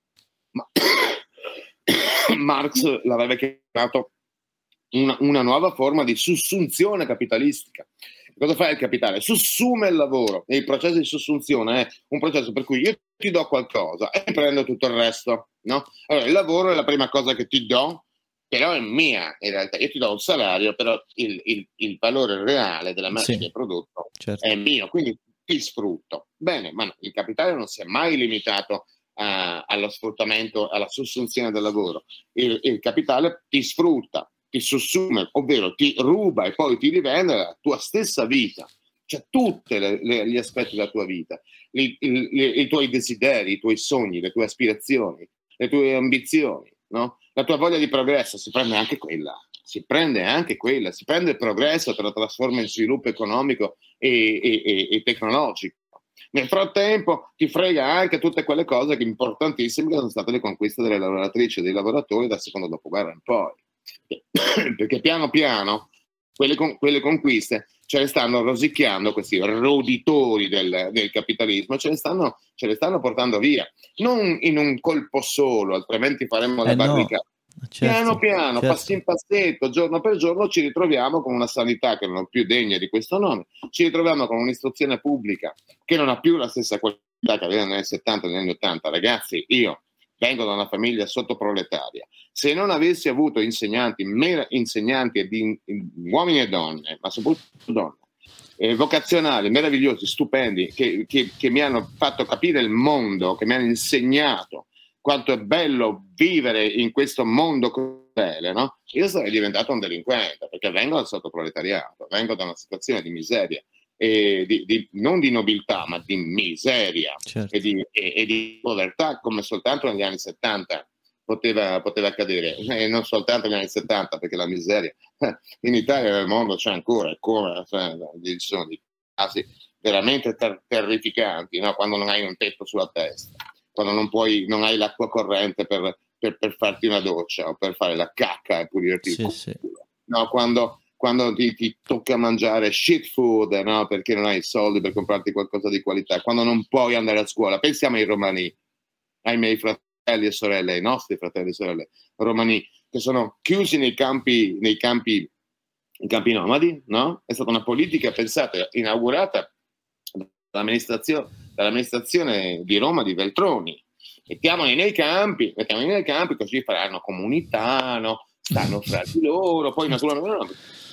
Marx l'aveva chiamato una nuova forma di sussunzione capitalistica. Cosa fa il capitale? Sussume il lavoro, e il processo di sussunzione è un processo per cui io ti do qualcosa e prendo tutto il resto, no? Allora, il lavoro è la prima cosa che ti do, però è mia in realtà. Io ti do un salario, però il valore reale della merce che hai prodotto è mio, quindi ti sfrutto. Bene, ma il capitale non si è mai limitato allo sfruttamento, alla sussunzione del lavoro. Il capitale ti sfrutta, ti sussume, ovvero ti ruba e poi ti rivende la tua stessa vita, cioè tutti gli aspetti della tua vita, i tuoi desideri, i tuoi sogni, le tue aspirazioni, le tue ambizioni, no? La tua voglia di progresso si prende anche quella, si prende il progresso, te lo trasforma in sviluppo economico e tecnologico. Nel frattempo ti frega anche tutte quelle cose che importantissime che sono state le conquiste delle lavoratrici e dei lavoratori dal secondo dopoguerra in poi, perché piano piano quelle conquiste ce le stanno rosicchiando questi roditori del capitalismo, ce le stanno portando via, non in un colpo solo, altrimenti faremmo la barricata. Piano piano, passin passetto, giorno per giorno ci ritroviamo con una sanità che non è più degna di questo nome, ci ritroviamo con un'istruzione pubblica che non ha più la stessa qualità che aveva negli anni 70 e negli anni 80. Ragazzi, io vengo da una famiglia sottoproletaria, se non avessi avuto insegnanti di uomini e donne, ma soprattutto donne, vocazionali, meravigliosi, stupendi, che mi hanno fatto capire il mondo, che mi hanno insegnato quanto è bello vivere in questo mondo crudele, no? Io sarei diventato un delinquente, perché vengo dal sottoproletariato, vengo da una situazione di miseria, non di nobiltà, ma di miseria e di povertà, come soltanto negli anni 70 poteva accadere, e non soltanto negli anni 70, perché la miseria in Italia e nel mondo c'è ancora, ci sono dei casi veramente terrificanti, no? Quando non hai un tetto sulla testa, quando non hai l'acqua corrente per farti una doccia o per fare la cacca e pulirti il culo, no? Quando ti tocca mangiare shit food, no? Perché non hai i soldi per comprarti qualcosa di qualità, quando non puoi andare a scuola. Pensiamo ai romani, ai miei fratelli e sorelle, ai nostri fratelli e sorelle romani, che sono chiusi nei campi nomadi, no? È stata una politica pensata, inaugurata dall'amministrazione di Roma di Veltroni. Mettiamoli nei campi, così faranno comunità, no? Stanno fra di loro, poi naturalmente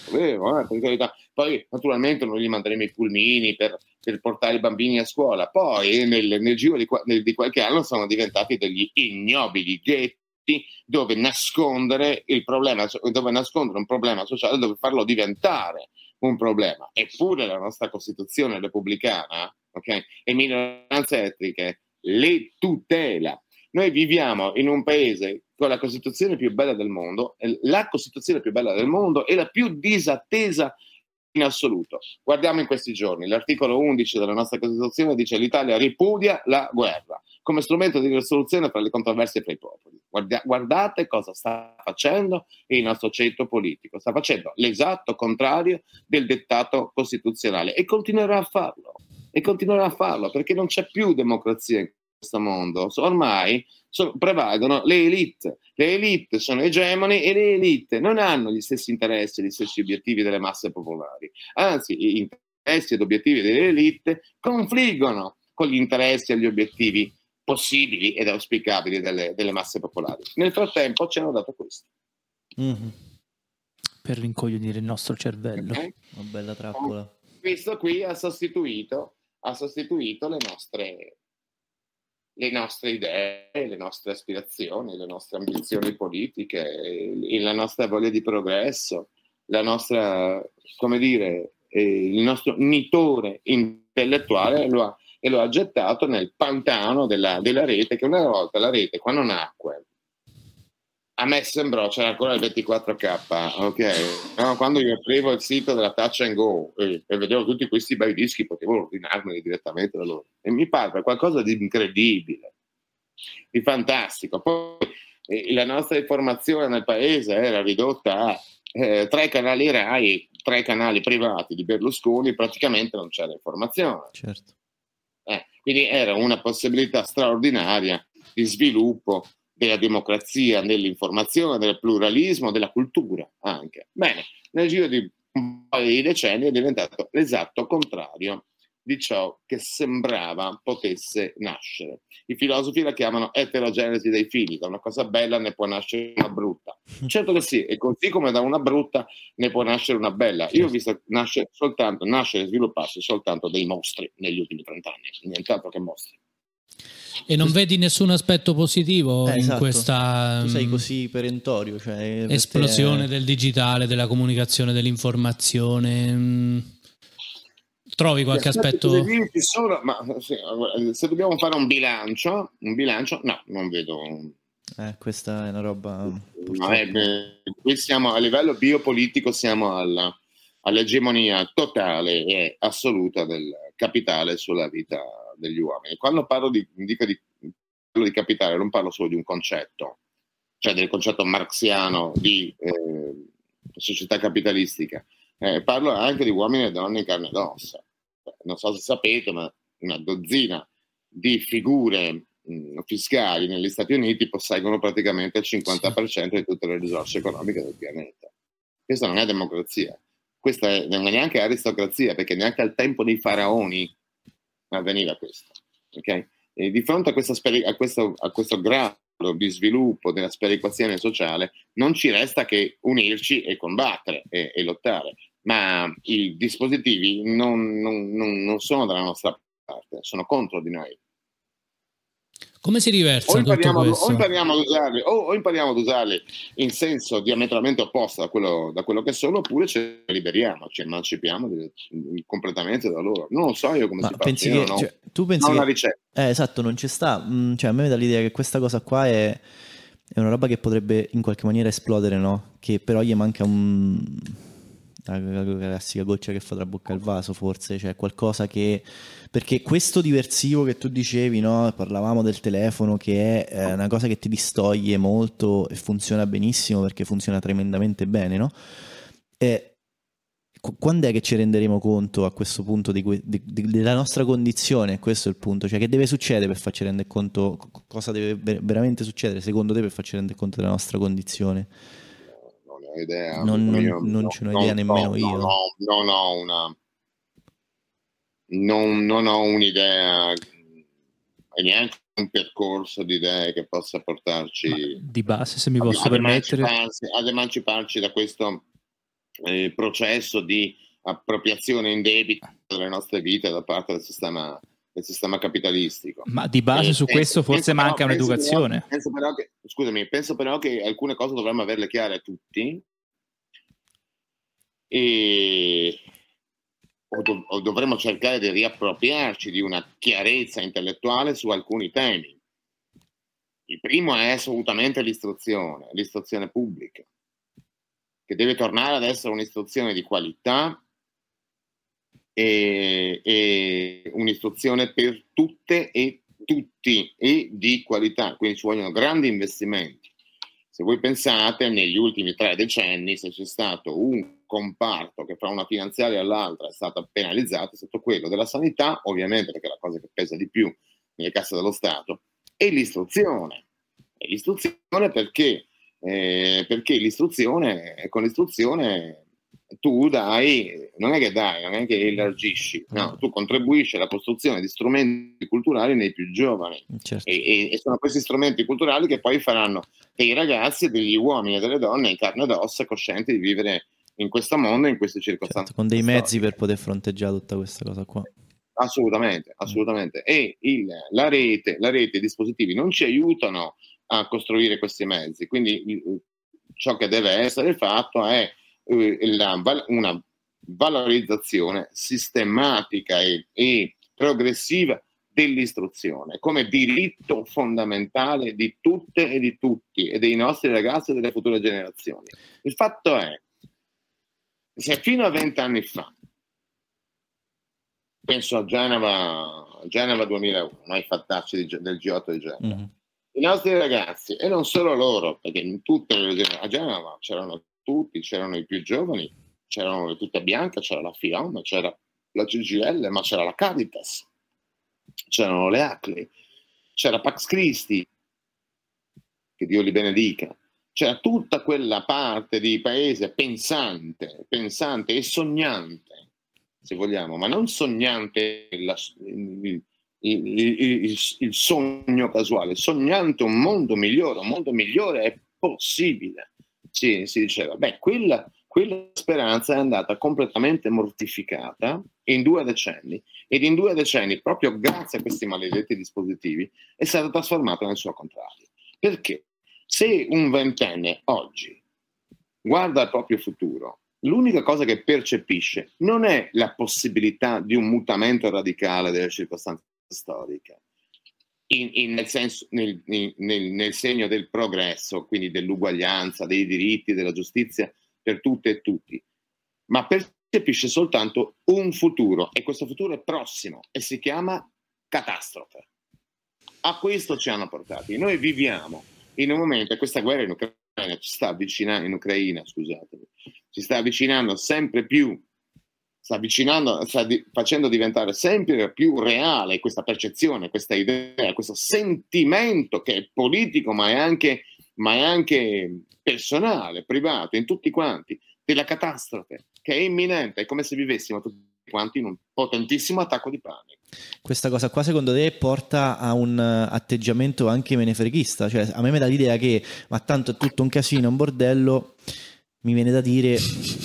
non gli manderemo i pulmini per portare i bambini a scuola. Poi nel giro di qualche anno sono diventati degli ignobili ghetti dove nascondere un problema sociale, dove farlo diventare un problema. Eppure la nostra Costituzione repubblicana, okay, e minoranze etniche le tutela. Noi viviamo in un paese con la Costituzione più bella del mondo, la Costituzione più bella del mondo e la più disattesa in assoluto. Guardiamo in questi giorni, l'articolo 11 della nostra Costituzione dice: l'Italia ripudia la guerra come strumento di risoluzione fra le controversie fra i popoli. Guardate cosa sta facendo il nostro ceto politico, sta facendo l'esatto contrario del dettato costituzionale e continuerà a farlo perché non c'è più democrazia in questo mondo. Ormai prevalgono le elite sono egemoni e le elite non hanno gli stessi interessi, gli stessi obiettivi delle masse popolari, anzi gli interessi ed obiettivi delle elite confliggono con gli interessi e gli obiettivi possibili ed auspicabili delle masse popolari. Nel frattempo ci hanno dato questo. Mm-hmm. Per rincoglionire il nostro cervello. Okay. Una bella trappola. Questo qui ha sostituito le nostre idee, le nostre aspirazioni, le nostre ambizioni politiche, la nostra voglia di progresso, la nostra, il nostro nitore intellettuale lo ha gettato nel pantano della rete, che una volta la rete, quando nacque, A me sembrò, c'era ancora il 24K, ok? No, quando io aprivo il sito della Touch and Go e vedevo tutti questi bei dischi, potevo ordinarmeli direttamente da loro. E mi pare qualcosa di incredibile, di fantastico. Poi la nostra informazione nel paese era ridotta a 3 canali Rai, 3 canali privati di Berlusconi, praticamente non c'era informazione. Certo. Quindi era una possibilità straordinaria di sviluppo della democrazia, dell'informazione, del pluralismo, della cultura anche. Bene, nel giro di un paio di decenni è diventato l'esatto contrario di ciò che sembrava potesse nascere. I filosofi la chiamano eterogenesi dei fili, da una cosa bella ne può nascere una brutta. Certo che sì, e così come da una brutta ne può nascere una bella. Io ho visto nascere e svilupparsi soltanto dei mostri negli ultimi 30 anni, nient'altro che mostri. E non vedi nessun aspetto positivo in esatto. questa tu sei così perentorio, cioè esplosione del digitale, della comunicazione, dell'informazione? Trovi qualche aspetto? Ma se dobbiamo fare un bilancio, no, non vedo. Questa è una roba. Qui siamo a livello biopolitico, siamo all'egemonia totale e assoluta del capitale sulla vita degli uomini. Quando parlo di capitale, non parlo solo di un concetto, cioè del concetto marxiano di società capitalistica. Parlo anche di uomini e donne in carne ed ossa. Non so se sapete, ma una dozzina di figure fiscali negli Stati Uniti posseggono praticamente il 50% di tutte le risorse economiche del pianeta. Questa non è democrazia, questa non è neanche aristocrazia, perché neanche al tempo dei faraoni avveniva questo. Okay? E di fronte a questo grado di sviluppo della sperequazione sociale non ci resta che unirci e combattere e lottare, ma i dispositivi non sono dalla nostra parte, sono contro di noi. Come si riversa tutto questo? O impariamo ad usarli in senso diametralmente opposto da quello che sono, oppure ci liberiamo, ci emancipiamo completamente da loro. Non lo so io come si fa. Tu pensi una che ricetta. Esatto, non ci sta. Cioè, a me dà l'idea che questa cosa qua è una roba che potrebbe in qualche maniera esplodere, no? Che però gli manca la classica goccia che fa trabocca il vaso, forse, cioè qualcosa che, perché questo diversivo che tu dicevi, no? Parlavamo del telefono, che è una cosa che ti distoglie molto e funziona benissimo perché funziona tremendamente bene, no? Quando è che ci renderemo conto a questo punto della nostra condizione? Questo è il punto, cioè che deve succedere per farci rendere conto, cosa deve veramente succedere secondo te per farci rendere conto della nostra condizione? Non ho idea. Non ce n'ho idea nemmeno io. Non ho un'idea e neanche un percorso di idee che possa portarci di base, se mi posso permettere, ad emanciparci da questo processo di appropriazione indebita delle nostre vite da parte del sistema capitalistico. Ma di base su questo forse manca un'educazione. Penso però che alcune cose dovremmo averle chiare a tutti o dovremmo cercare di riappropriarci di una chiarezza intellettuale su alcuni temi. Il primo è assolutamente l'istruzione pubblica, che deve tornare ad essere un'istruzione di qualità e un'istruzione per tutte e tutti e di qualità, quindi ci vogliono grandi investimenti. Se voi pensate, negli ultimi 3 decenni, se c'è stato un comparto che fra una finanziaria e l'altra è stato penalizzato, è stato quello della sanità, ovviamente perché è la cosa che pesa di più nelle casse dello Stato, e l'istruzione. E l'istruzione perché con l'istruzione tu dai, non è che elargisci, no, tu contribuisci alla costruzione di strumenti culturali nei più giovani. Certo. E sono questi strumenti culturali che poi faranno dei ragazzi, degli uomini e delle donne in carne ed ossa, coscienti di vivere in questo mondo, in queste circostanze. Certo, con dei mezzi per poter fronteggiare tutta questa cosa qua. Assolutamente. E la rete, i dispositivi non ci aiutano a costruire questi mezzi, quindi ciò che deve essere fatto è una valorizzazione sistematica e progressiva dell'istruzione come diritto fondamentale di tutte e di tutti e dei nostri ragazzi e delle future generazioni. Il fatto è, se fino a 20 anni fa, penso a Genova 2001, ai fattacci del G8 di Genova, i nostri ragazzi, e non solo loro, perché in tutte le regioni, a Genova c'erano tutti, c'erano i più giovani, c'erano le tute bianche, c'era la FIOM, c'era la CGIL, ma c'era la Caritas, c'erano le ACLI, c'era Pax Christi, che Dio li benedica, c'era tutta quella parte di paese pensante e sognante, se vogliamo, ma non sognante il sogno casuale, sognante un mondo migliore è possibile. Sì, si diceva, quella speranza è andata completamente mortificata in 2 decenni, ed in 2 decenni, proprio grazie a questi maledetti dispositivi, è stata trasformata nel suo contrario. Perché se un ventenne oggi guarda al proprio futuro, l'unica cosa che percepisce non è la possibilità di un mutamento radicale delle circostanze storiche, nel senso, nel segno del progresso, quindi dell'uguaglianza, dei diritti, della giustizia per tutte e tutti, ma percepisce soltanto un futuro, e questo futuro è prossimo e si chiama catastrofe. A questo ci hanno portati. Noi viviamo in un momento, e questa guerra in Ucraina ci sta avvicinando, ci sta avvicinando sempre più, facendo diventare sempre più reale questa percezione, questa idea, questo sentimento che è politico, ma è anche personale, privato, in tutti quanti, della catastrofe che è imminente. È come se vivessimo tutti quanti in un potentissimo attacco di panico. Questa cosa qua secondo te porta a un atteggiamento anche menefreghista? Cioè, a me mi dà l'idea che ma tanto è tutto un casino, un bordello, mi viene da dire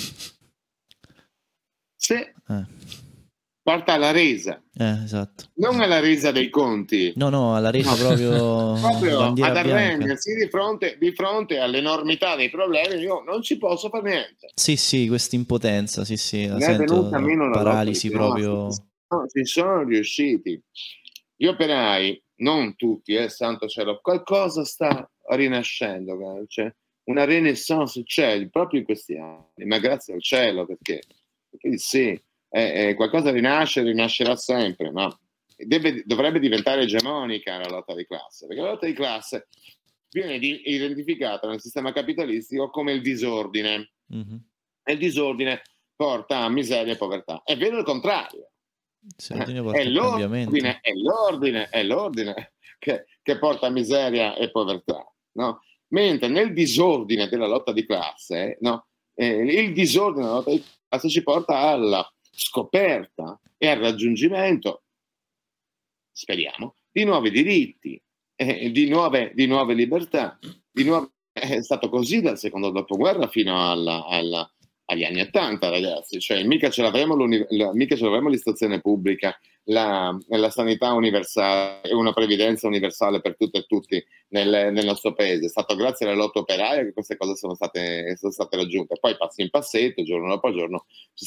porta alla resa, esatto. non alla resa dei conti, no, alla resa proprio ad arrendersi di fronte all'enormità dei problemi. Io non ci posso fare niente. Sì, questa impotenza, sì, la Ne è sento, venuta meno la paralisi proprio. Ci sono riusciti gli operai, non tutti, santo cielo, qualcosa sta rinascendo, cioè una renaissance c'è proprio in questi anni, ma grazie al cielo, perché sì, qualcosa rinascerà sempre, ma dovrebbe diventare egemonica la lotta di classe, perché la lotta di classe viene identificata nel sistema capitalistico come il disordine, e il disordine porta a miseria e povertà. È vero il contrario. È l'ordine che porta a miseria e povertà, no? Mentre nel disordine della lotta di classe, il disordine della lotta di classe ci porta alla scoperta e al raggiungimento, speriamo, di nuovi diritti, di nuove libertà, è stato così dal secondo dopoguerra fino agli anni '80, ragazzi, cioè mica ce l'avremo l'istruzione pubblica, la sanità universale e una previdenza universale per tutte e tutti nel nostro paese. È stato grazie alla lotta operaia che queste cose sono state raggiunte. Poi passi in passetto, giorno dopo giorno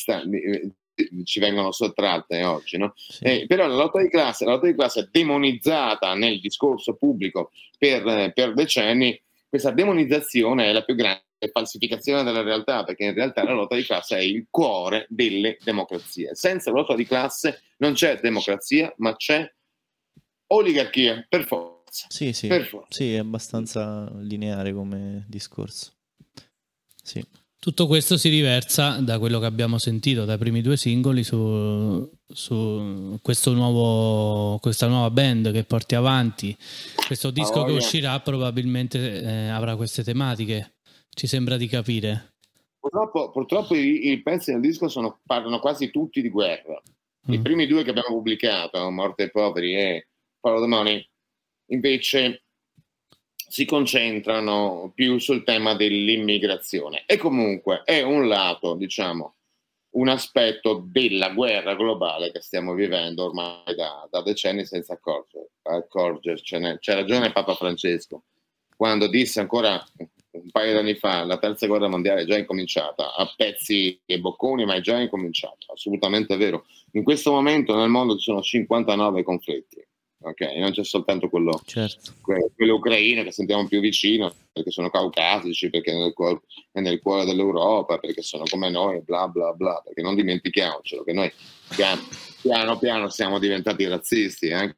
ci vengono sottratte oggi, no? Sì. Però la lotta di classe è demonizzata nel discorso pubblico per decenni. Questa demonizzazione è la più grande falsificazione della realtà, perché in realtà la lotta di classe è il cuore delle democrazie. Senza la lotta di classe non c'è democrazia, ma c'è oligarchia, per forza. Sì, per forza. Sì, è abbastanza lineare come discorso. Sì. Tutto questo si riversa da quello che abbiamo sentito dai primi 2 singoli su questa nuova band che porti avanti. Questo disco che uscirà probabilmente avrà queste tematiche, ci sembra di capire. Purtroppo i pezzi del disco parlano quasi tutti di guerra. I primi 2 che abbiamo pubblicato, Morte ai poveri e Follow the Money, invece si concentrano più sul tema dell'immigrazione, e comunque è un lato, diciamo, un aspetto della guerra globale che stiamo vivendo ormai da decenni senza accorgercene. C'è ragione Papa Francesco quando disse ancora un paio di anni fa: la terza guerra mondiale è già incominciata, a pezzi e bocconi, ma è già incominciata. Assolutamente vero. In questo momento nel mondo ci sono 59 conflitti, ok? Non c'è soltanto quello, Certo. quello ucraino che sentiamo più vicino, perché sono caucasici, perché è nel cuore dell'Europa, perché sono come noi, bla bla bla, perché non dimentichiamocelo che noi piano piano siamo diventati razzisti, anche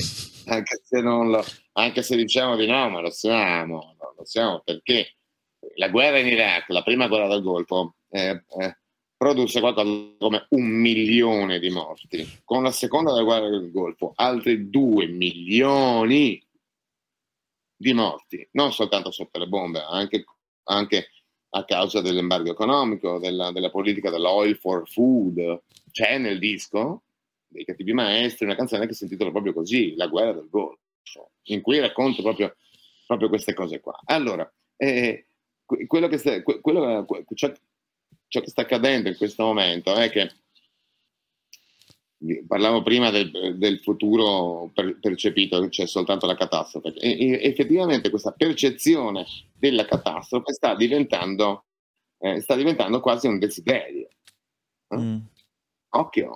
se diciamo di no, ma lo siamo, perché la guerra in Iraq, la prima guerra del Golfo, produsse qualcosa come 1 milione di morti. Con la seconda guerra del Golfo, altri 2 milioni di morti, non soltanto sotto le bombe, anche a causa dell'embargo economico, della politica dell'oil for food. C'è nel disco dei Cattivi Maestri una canzone che si intitola proprio così, La guerra del Golfo, in cui racconto proprio queste cose qua. Allora, ciò che sta accadendo in questo momento è che parlavo prima del futuro percepito, che c'è soltanto la catastrofe, e effettivamente questa percezione della catastrofe sta diventando quasi un desiderio. Occhio,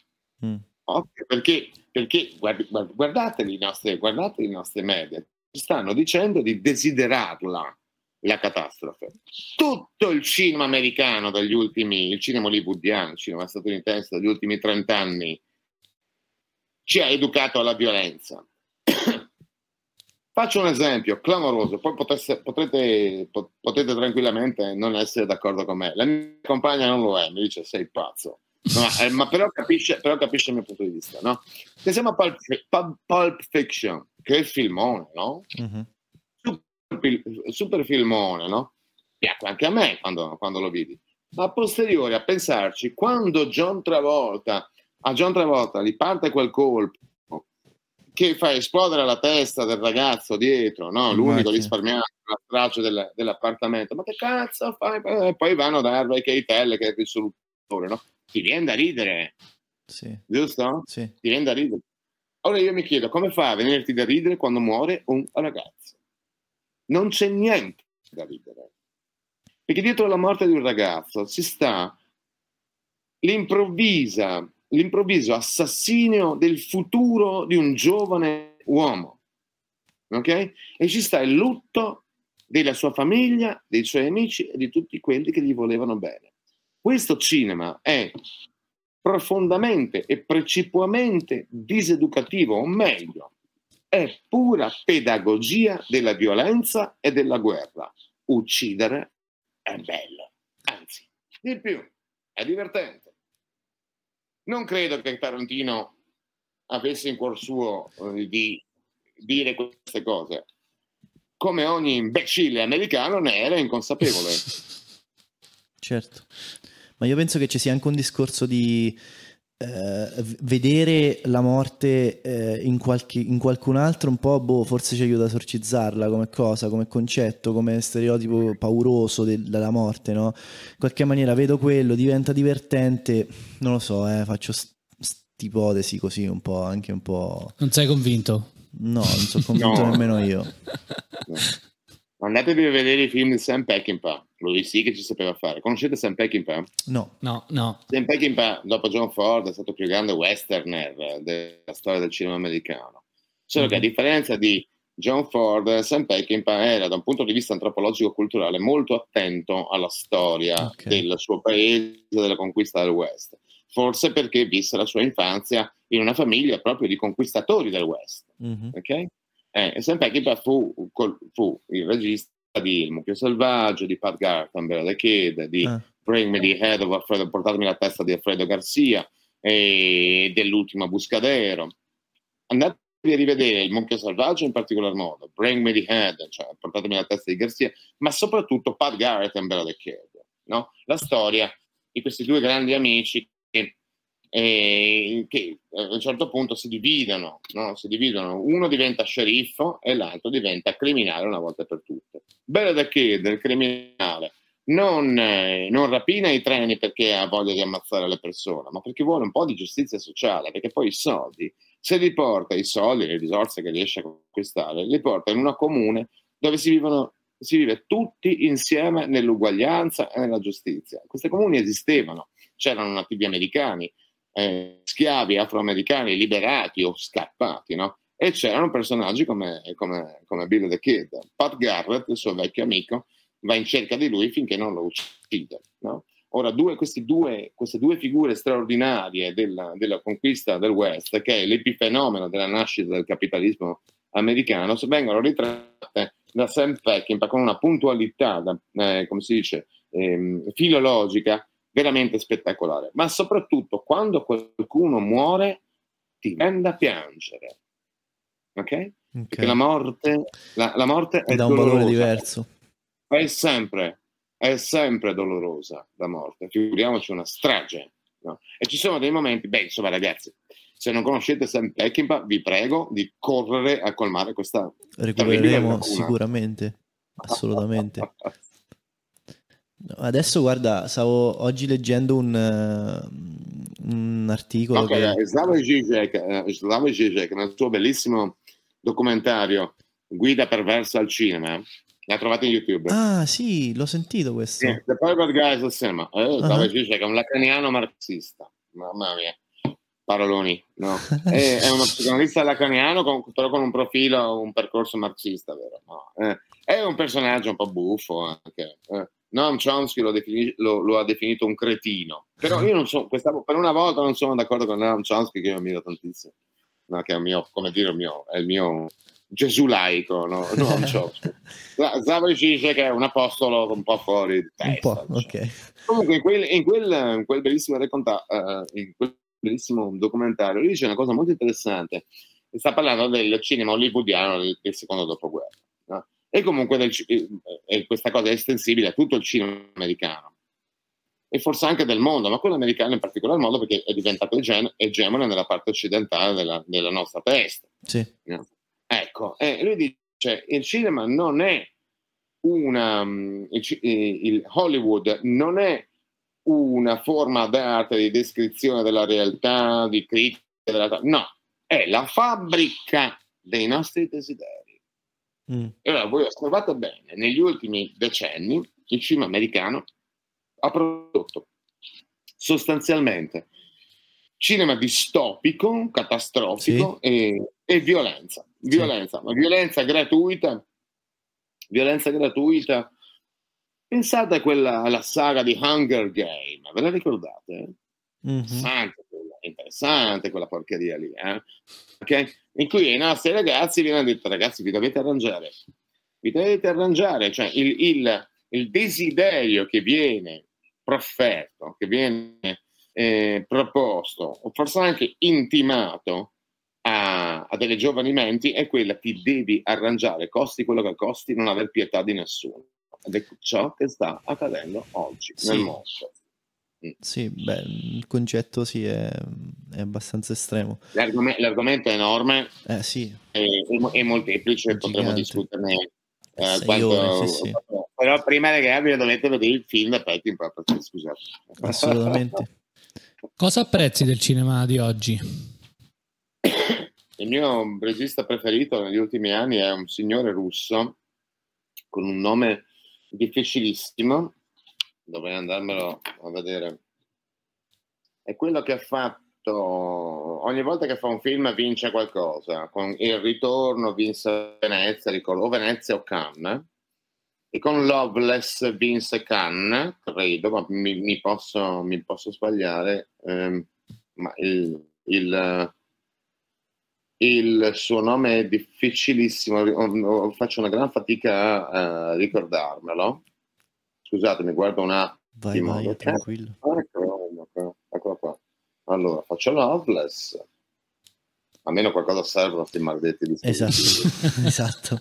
perché guardate i nostri media, stanno dicendo di desiderarla la catastrofe. Tutto il cinema americano il cinema hollywoodiano, il cinema statunitense degli ultimi 30 anni ci ha educato alla violenza. Faccio un esempio clamoroso, poi potete tranquillamente non essere d'accordo con me. La mia compagna non lo è, mi dice sei pazzo. Ma però capisce il mio punto di vista, no? Pensiamo a Pulp Fiction, che è il filmone, no? Mm-hmm. Super filmone, no? Piacque anche a me quando lo vidi. Ma a posteriori, a pensarci, quando a John Travolta gli parte quel colpo che fa esplodere la testa del ragazzo dietro, no? L'unico risparmiato la strage dell'appartamento. Ma che cazzo fai? E poi vanno da Harvey Keitel, che è il risolutore, no? Ti viene da ridere, sì. Giusto? Sì. Ti viene da ridere. Ora io mi chiedo, come fa a venirti da ridere quando muore un ragazzo? Non c'è niente da ridere, perché dietro la morte di un ragazzo ci sta l'improvviso assassinio del futuro di un giovane uomo, ok? E ci sta il lutto della sua famiglia, dei suoi amici e di tutti quelli che gli volevano bene. Questo cinema è profondamente e precipuamente diseducativo, o meglio, è pura pedagogia della violenza e della guerra. Uccidere è bello, anzi, di più, è divertente. Non credo che Tarantino avesse in cuor suo di dire queste cose. Come ogni imbecille americano ne era inconsapevole. Certo, ma io penso che ci sia anche un discorso di vedere la morte in qualcun altro un po', forse ci aiuta a esorcizzarla come cosa, come concetto, come stereotipo pauroso della morte, no? In qualche maniera vedo quello, diventa divertente, non lo so, faccio st'ipotesi così un po', anche un po'... Non sei convinto? No, non sono convinto nemmeno io. No. Andatevi a vedere i film di Sam Peckinpah, lui sì che ci sapeva fare. Conoscete Sam Peckinpah? No. Sam Peckinpah, dopo John Ford, è stato il più grande westerner della storia del cinema americano. Solo che a differenza di John Ford, Sam Peckinpah era, da un punto di vista antropologico-culturale, molto attento alla storia del suo paese, della conquista del West. Forse perché visse la sua infanzia in una famiglia proprio di conquistatori del West. Ok? Sam Peckinpah fu il regista di Il Mucchio Selvaggio, di Pat Garrett, Umbrella the Kid, di Bring Me the Head of Alfredo, Portatemi la testa di Alfredo Garcia e dell'Ultimo Buscadero. Andatevi a rivedere Il Mucchio Selvaggio in particolar modo, Bring Me the Head, cioè Portatemi la testa di Garcia, ma soprattutto Pat Garrett e Umbrella the Kid, no? La storia di questi due grandi amici che a un certo punto si dividono, no? Uno diventa sceriffo e l'altro diventa criminale una volta per tutte. Bello da che del criminale non rapina i treni perché ha voglia di ammazzare le persone, ma perché vuole un po' di giustizia sociale, perché poi i soldi, se li porta, i soldi, le risorse che riesce a conquistare, li porta in una comune dove si vive tutti insieme nell'uguaglianza e nella giustizia. Queste comuni esistevano, c'erano nativi americani, schiavi afroamericani liberati o scappati, no? e c'erano personaggi come Billy the Kid. Pat Garrett, il suo vecchio amico, va in cerca di lui finché non lo uccide, no? Ora, queste due figure straordinarie della conquista del West, che è l'epifenomeno della nascita del capitalismo americano, vengono ritratte da Sam Peckinpah con una puntualità, come si dice, filologica, veramente spettacolare. Ma soprattutto, quando qualcuno muore, ti viene da piangere, ok? Perché la morte è dà un dolorosa. valore diverso. È sempre dolorosa la morte, figuriamoci una strage, no? E ci sono dei momenti, insomma ragazzi, se non conoscete Sam Peckinpah, vi prego di correre a colmare questa recupereremo sicuramente, assolutamente. Adesso guarda, stavo oggi leggendo un articolo Slavoj Žižek nel suo bellissimo documentario Guida perversa al cinema, l'ha trovato in YouTube. Ah sì, l'ho sentito questo. Yeah, The Pervert Guys al cinema. Slavoj Žižek è un lacaniano marxista, mamma mia, paroloni, no? È uno psicoanalista lacaniano però con un percorso marxista, vero? No, è un personaggio un po' buffo anche. Noam Chomsky lo ha definito un cretino, però io non so, per una volta non sono d'accordo con Noam Chomsky, che io ammiro tantissimo, no, che è il mio, come dire, è il mio Gesù laico, no? Noam Chomsky. Slavoj Žižek è un apostolo un po' fuori di testa. Un po', ok. Comunque in quel bellissimo in quel bellissimo documentario lui dice una cosa molto interessante, sta parlando del cinema hollywoodiano del secondo dopoguerra, no? E comunque questa cosa è estensibile a tutto il cinema americano e forse anche del mondo, ma quello americano in particolar modo perché è diventato egemone nella parte occidentale della nostra testa. Sì. No? Ecco, lui dice il cinema non è il Hollywood non è una forma d'arte di descrizione della realtà, di critica della realtà, no, è la fabbrica dei nostri desideri. E allora voi osservate bene, negli ultimi decenni il cinema americano ha prodotto sostanzialmente cinema distopico, catastrofico, sì, e violenza, ma violenza gratuita. Pensate a alla saga di Hunger Game, ve la ricordate? Interessante quella porcheria lì, okay? In cui ai nostri ragazzi viene detto: ragazzi, vi dovete arrangiare, cioè il desiderio che viene profferto, che viene proposto, o forse anche intimato a delle giovani menti, è quella: ti devi arrangiare, costi quello che costi, non aver pietà di nessuno. Ed è ciò che sta accadendo oggi nel mondo. Sì, il concetto sì è abbastanza estremo. L'argomento è enorme, sì, è molteplice, potremmo discuterne ore, sì. Però prima ragazzi dovete vedere il film da Peckinpah, scusate. Assolutamente. Cosa apprezzi del cinema di oggi? Il mio regista preferito negli ultimi anni è un signore russo con un nome difficilissimo, dovrei andarmelo a vedere. È quello che ha fatto, ogni volta che fa un film vince qualcosa. Con Il Ritorno vinse Venezia, ricordo, o Venezia o Cannes, e con Loveless vinse Cannes, credo, ma mi posso sbagliare, ma il suo nome è difficilissimo, faccio una gran fatica a ricordarmelo. Scusatemi, guardo un attimo. Vai, tranquillo. Eccolo qua. Allora, faccio Loveless. Almeno qualcosa servono questi maledetti dispositivi. Esatto.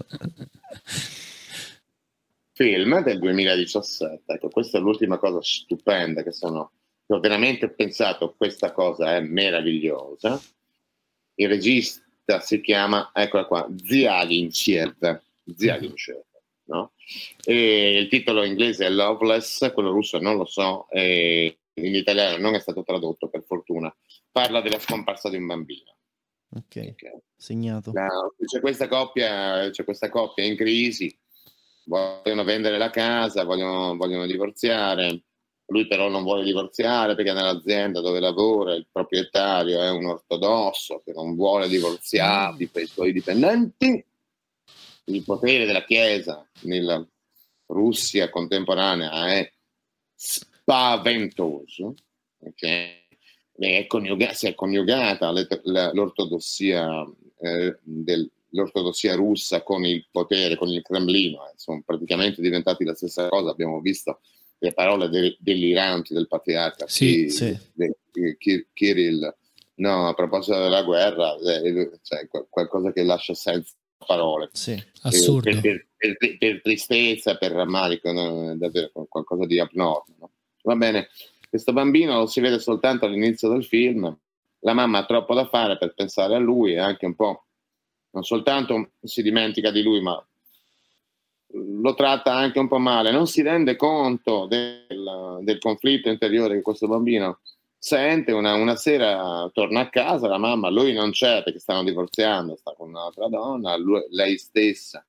Film del 2017. Ecco, questa è l'ultima cosa stupenda che ho veramente pensato, questa cosa è meravigliosa. Il regista si chiama, eccola qua, Ziaginciev, no? E il titolo inglese è Loveless, quello russo non lo so, in italiano non è stato tradotto, per fortuna. Parla della scomparsa di un bambino. Ok. Segnato. C'è questa coppia in crisi, vogliono vendere la casa, vogliono divorziare, Lui però non vuole divorziare perché nell'azienda dove lavora il proprietario è un ortodosso che non vuole divorziare per i suoi dipendenti. Il potere della Chiesa nella Russia contemporanea è spaventoso, okay? Si è coniugata l'ortodossia l'ortodossia russa con il potere, con il Cremlino, sono praticamente diventati la stessa cosa. Abbiamo visto le parole deliranti del patriarca Kirill, no, a proposito della guerra, cioè, qualcosa che lascia senza parole. Sì, assurdo. Per tristezza, per rammarico, no? Davvero qualcosa di abnorme. No? Va bene, questo bambino lo si vede soltanto all'inizio del film, la mamma ha troppo da fare per pensare a lui e anche un po', non soltanto si dimentica di lui, ma lo tratta anche un po' male, non si rende conto del conflitto interiore che questo bambino sente. Una sera torna a casa, la mamma, lui non c'è perché stanno divorziando, sta con un'altra donna, lei stessa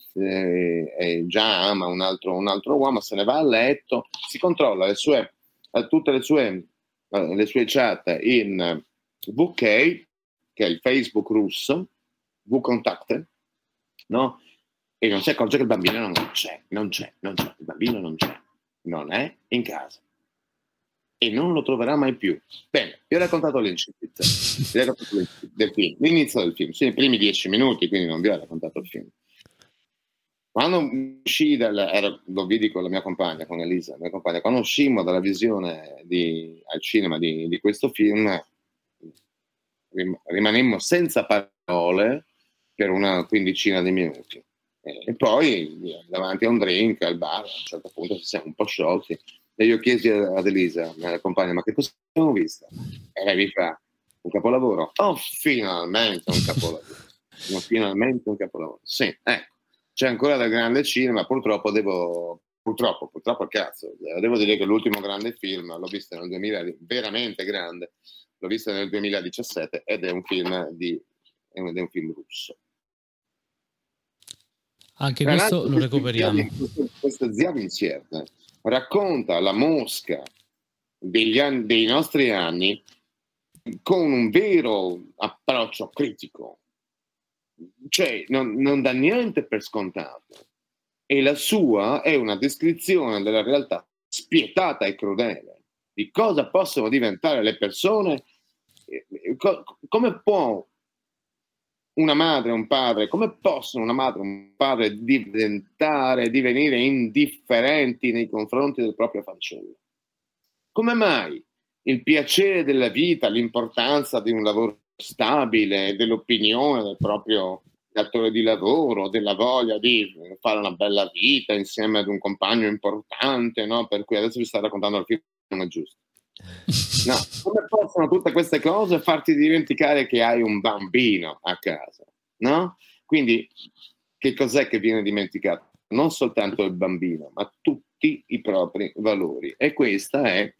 già ama un altro uomo, se ne va a letto, si controlla tutte le sue chat in VK, che è il Facebook russo, VKontakte, no? E non si accorge che il bambino non c'è, il bambino non c'è, non è in casa e non lo troverà mai più. Bene, vi ho raccontato l'incipit del film, l'inizio del film, sì, i primi 10 minuti, quindi non vi ho raccontato il film. Quando uscì lo vidi con la mia compagna, con Elisa, mia compagna, quando uscimmo dalla visione al cinema di questo film, rimanemmo senza parole per una quindicina di minuti. E poi davanti a un drink al bar, a un certo punto ci siamo un po' sciolti e io chiesi ad Elisa, la mia compagna, ma che cosa abbiamo visto? E lei mi fa, un capolavoro. Oh, finalmente un capolavoro. Finalmente un capolavoro. Sì, ecco, c'è ancora del grande cinema, purtroppo cazzo, devo dire che l'ultimo grande film l'ho visto nel 2000, veramente grande, l'ho visto nel 2017 ed è un film russo. Anche questo lo recuperiamo. Questo Ziavincier racconta la Mosca dei nostri anni con un vero approccio critico, cioè non dà niente per scontato, e la sua è una descrizione della realtà spietata e crudele di cosa possono diventare le persone, come può una madre e un padre, come possono una madre e un padre divenire indifferenti nei confronti del proprio fanciullo? Come mai il piacere della vita, l'importanza di un lavoro stabile, dell'opinione del proprio datore di lavoro, della voglia di fare una bella vita insieme ad un compagno importante, no? Per cui adesso vi sto raccontando il film, non è giusto. No, come possono tutte queste cose farti dimenticare che hai un bambino a casa, no? Quindi che cos'è che viene dimenticato? Non soltanto il bambino, ma tutti i propri valori. E questo è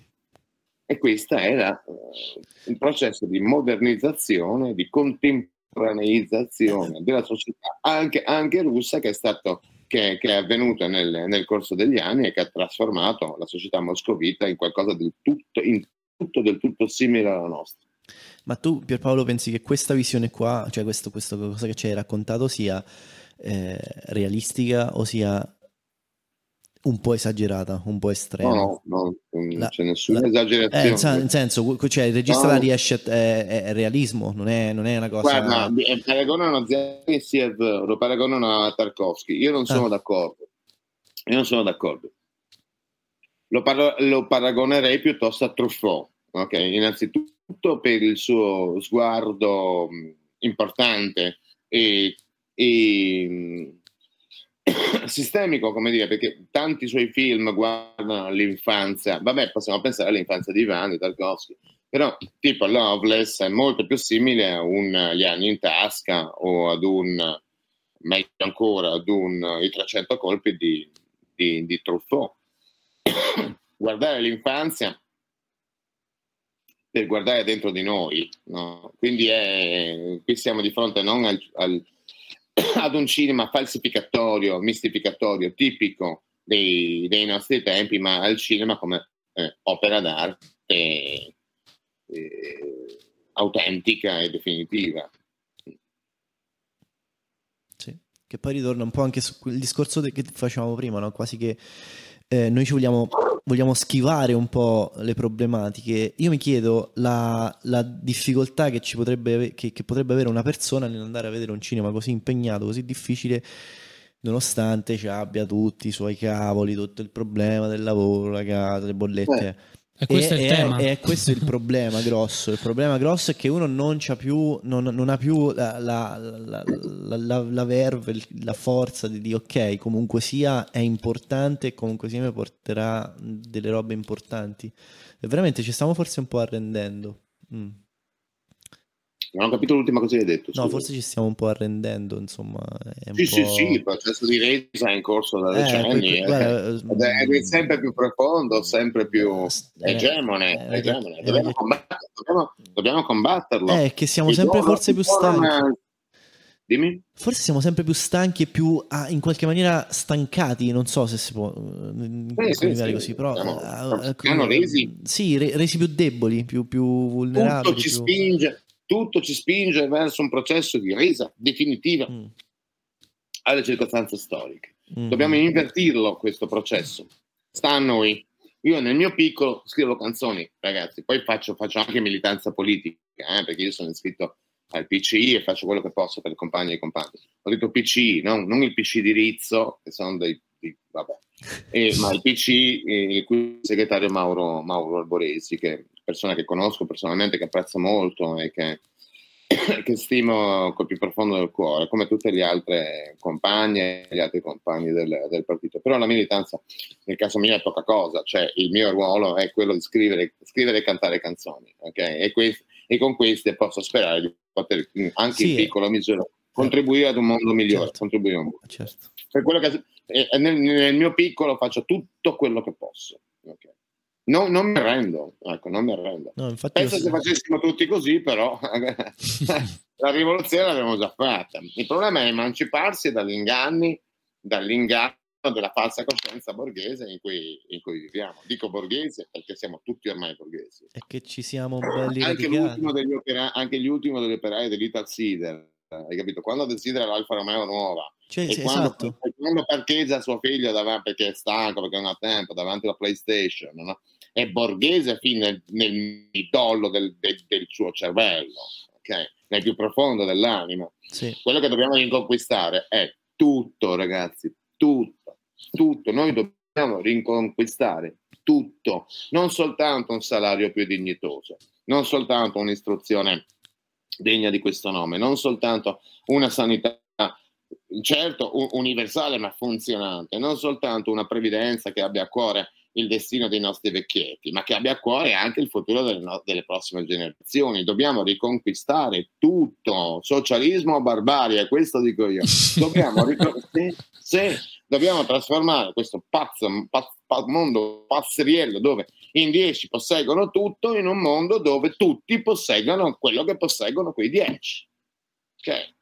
il processo di modernizzazione, di contemporaneizzazione della società, anche russa, che è avvenuta nel corso degli anni e che ha trasformato la società moscovita in qualcosa del tutto simile alla nostra. Ma tu, Pierpaolo, pensi che questa visione qua, cioè questa cosa che ci hai raccontato, sia realistica o sia un po' esagerata, un po' estrema? No, non c'è nessuna esagerazione. Nel senso, cioè, il regista la riesce, è realismo, non è una cosa... Guarda, paragonano a Ziavincier, lo paragonano a Tarkovsky. Io non sono d'accordo. Lo paragonerei piuttosto a Truffaut, ok? Innanzitutto per il suo sguardo importante e sistemico, come dire, perché tanti suoi film guardano all'infanzia. Vabbè, possiamo pensare all'infanzia di Ivan, di Tarkovsky, però tipo Loveless è molto più simile a Gli anni in tasca o meglio ancora, ad I 300 colpi di Truffaut. Guardare l'infanzia per guardare dentro di noi, no? Quindi qui siamo di fronte non ad un cinema falsificatorio, mistificatorio, tipico dei nostri tempi, ma al cinema come opera d'arte autentica e definitiva. Sì, che poi ritorna un po' anche su quel discorso che facevamo prima, no? Quasi che noi ci vogliamo schivare un po' le problematiche. Io mi chiedo la difficoltà che potrebbe avere una persona nell'andare a vedere un cinema così impegnato, così difficile, nonostante ci abbia tutti i suoi cavoli, tutto il problema del lavoro, la casa, le bollette. E questo è il tema. E questo è il problema grosso. Il problema grosso è che uno non ha più la verve, la forza di dire ok, comunque sia è importante e comunque sia mi porterà delle robe importanti. E veramente ci stiamo forse un po' arrendendo. Non ho capito l'ultima cosa che hai detto. No, forse ci stiamo un po' arrendendo, insomma. Sì, il processo di resa è in corso da decenni. È sempre più profondo, sempre più egemone. Dobbiamo combatterlo. È che siamo sempre forse più stanchi. Dimmi? Forse siamo sempre più stanchi e più in qualche maniera stancati, non so se si può coniugare così, però resi più deboli, più vulnerabili. Tutto ci spinge verso un processo di resa definitiva alle circostanze storiche. Dobbiamo invertirlo questo processo. Sta a noi. Io nel mio piccolo scrivo canzoni, ragazzi, poi faccio anche militanza politica, perché io sono iscritto al PCI e faccio quello che posso per le compagne e i compagni. Ho detto PCI, non il PC di Rizzo, che sono ma il PCI, il cui segretario Mauro Alboresi, che è persona che conosco personalmente, che apprezzo molto e che stimo col più profondo del cuore, come tutte le altre compagne e gli altri compagni del partito. Però la militanza nel caso mio è poca cosa, cioè il mio ruolo è quello di scrivere e cantare canzoni, okay? E con queste posso sperare di poter anche in piccola misura contribuire ad un mondo migliore, contribuire a un mondo. Certo. Per quello che nel mio piccolo faccio tutto quello che posso, okay? Non mi arrendo, non mi arrendo. No, penso se facessimo tutti così, però la rivoluzione l'abbiamo già fatta. Il problema è emanciparsi dall'inganno della falsa coscienza borghese in cui viviamo. Dico borghese perché siamo tutti ormai borghesi. E che ci siamo belli anche gli ultimi degli operai dell'Italsider, hai capito? Quando desidera l'Alfa Romeo nuova, quando parcheggia suo figlio davanti perché è stanco, perché non ha tempo, davanti alla PlayStation, no? È borghese fino nel midollo del suo cervello, okay? Nel più profondo dell'anima. Sì. Quello che dobbiamo riconquistare è tutto, ragazzi, tutto. Noi dobbiamo riconquistare tutto, non soltanto un salario più dignitoso, non soltanto un'istruzione degna di questo nome, non soltanto una sanità certo universale ma funzionante, non soltanto una previdenza che abbia a cuore il destino dei nostri vecchietti, ma che abbia a cuore anche il futuro delle prossime generazioni. Dobbiamo riconquistare tutto, socialismo o barbarie, questo dico io. Dobbiamo trasformare questo mondo pazzeriello dove in 10 posseggono tutto in un mondo dove tutti posseggono quello che posseggono quei 10. Ok?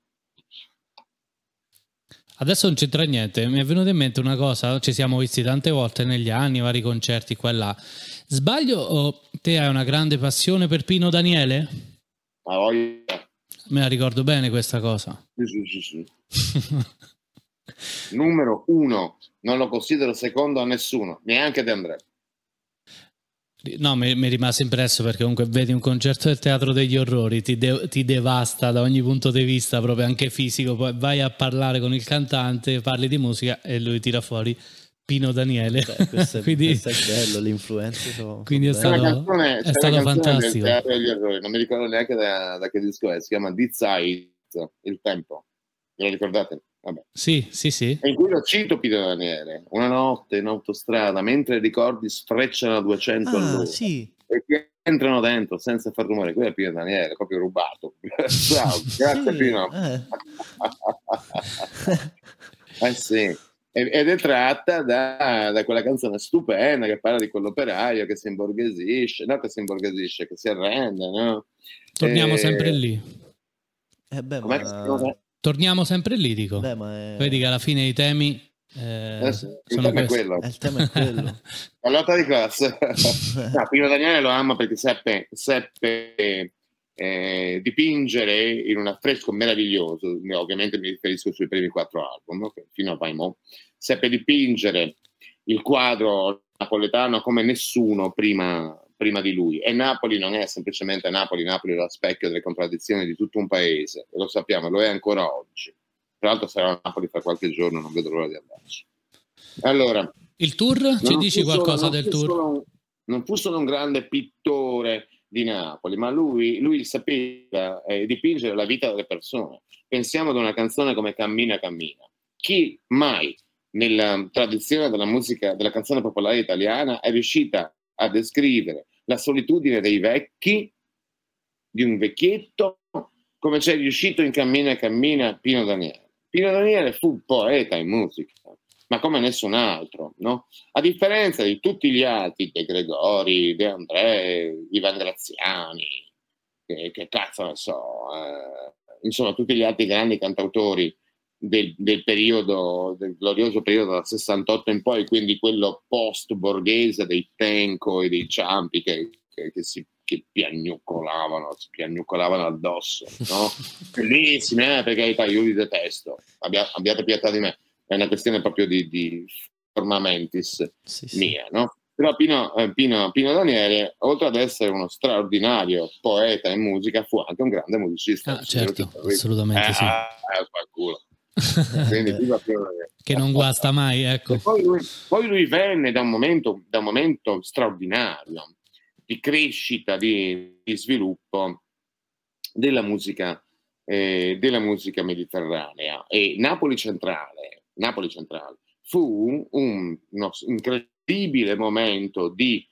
Adesso non c'entra niente, mi è venuta in mente una cosa, ci siamo visti tante volte negli anni, vari concerti qua e là. Sbaglio o te hai una grande passione per Pino Daniele? Me la ricordo bene questa cosa. Sì. Numero 1, non lo considero secondo a nessuno, neanche De André. No, mi rimase impresso perché comunque vedi un concerto del Teatro degli Orrori, ti devasta da ogni punto di vista, proprio anche fisico, poi vai a parlare con il cantante, parli di musica e lui tira fuori Pino Daniele. Questo è bello, le influenze sono quindi è stato fantastico. Del Teatro degli Orrori, non mi ricordo neanche da che disco è, si chiama Die Zeit, il tempo, ve lo ricordate? Vabbè. Sì. E in cui lo cito Pino Daniele, una notte in autostrada mentre i ricordi sfrecciano a 200 all'ora e ti entrano dentro senza far rumore. Quello è Pino Daniele, proprio rubato. Grazie Pino. Sì. Ed è tratta da quella canzone stupenda che parla di quell'operaio che si imborghesisce, che si arrende, no? Torniamo sempre lì. Beh, Torniamo sempre lì, dico. Beh, vedi che alla fine i temi Il sono tema è questi. quello. Il tema è quello. La lotta di classe. No, Pino Daniele lo amo perché seppe dipingere in un affresco meraviglioso. Ovviamente mi riferisco sui primi 4 album, okay, fino a Paimò. Seppe dipingere il quadro napoletano come nessuno prima di lui. E Napoli non è semplicemente Napoli è lo specchio delle contraddizioni di tutto un paese, e lo sappiamo, lo è ancora oggi. Tra l'altro sarà a Napoli fra qualche giorno, non vedo l'ora di andarci. Allora, il tour? Ci dici qualcosa del tour? Non fu solo un grande pittore di Napoli, ma lui sapeva dipingere la vita delle persone. Pensiamo ad una canzone come Cammina, cammina. Chi mai nella tradizione della musica, della canzone popolare italiana, è riuscita a descrivere la solitudine dei vecchi, di un vecchietto, come c'è riuscito in Cammina, cammina Pino Daniele. Pino Daniele fu poeta in musica, ma come nessun altro, no? A differenza di tutti gli altri, De Gregori, De André, Ivan Graziani, che cazzo ne so, insomma tutti gli altri grandi cantautori del periodo, del glorioso periodo dal 68 in poi, quindi quello post-borghese dei Tenco e dei Ciampi che si piagnucolavano addosso, no? Bellissimi, per carità, io li detesto, abbiate pietà di me, è una questione proprio di forma mentis mia, no? Però Pino Daniele, oltre ad essere uno straordinario poeta in musica, fu anche un grande musicista. Certo, assolutamente sì. Qualcuno. Quindi, che non guasta mai, ecco. Poi lui venne da un momento straordinario di crescita, di sviluppo della musica mediterranea, e Napoli Centrale fu uno incredibile momento di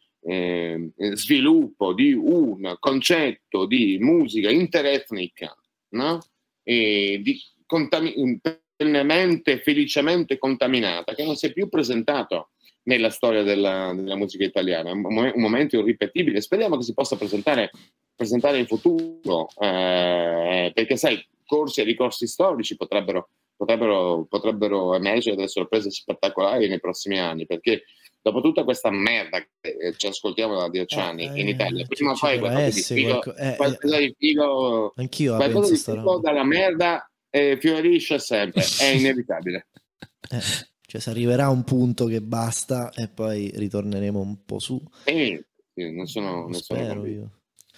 sviluppo di un concetto di musica interetnica, no? E felicemente contaminata, che non si è più presentato nella storia della musica italiana. Un momento irripetibile. Speriamo che si possa presentare in futuro, perché sai, corsi e ricorsi storici potrebbero emergere delle sorprese spettacolari nei prossimi anni, perché dopo tutta questa merda che ci ascoltiamo da 10 anni in Italia, prima o poi qualcosa di figo, anch'io qualcosa penso di figo dalla merda fiorisce sempre, è inevitabile. Cioè si arriverà a un punto che basta e poi ritorneremo un po' su. Sì, non sono io.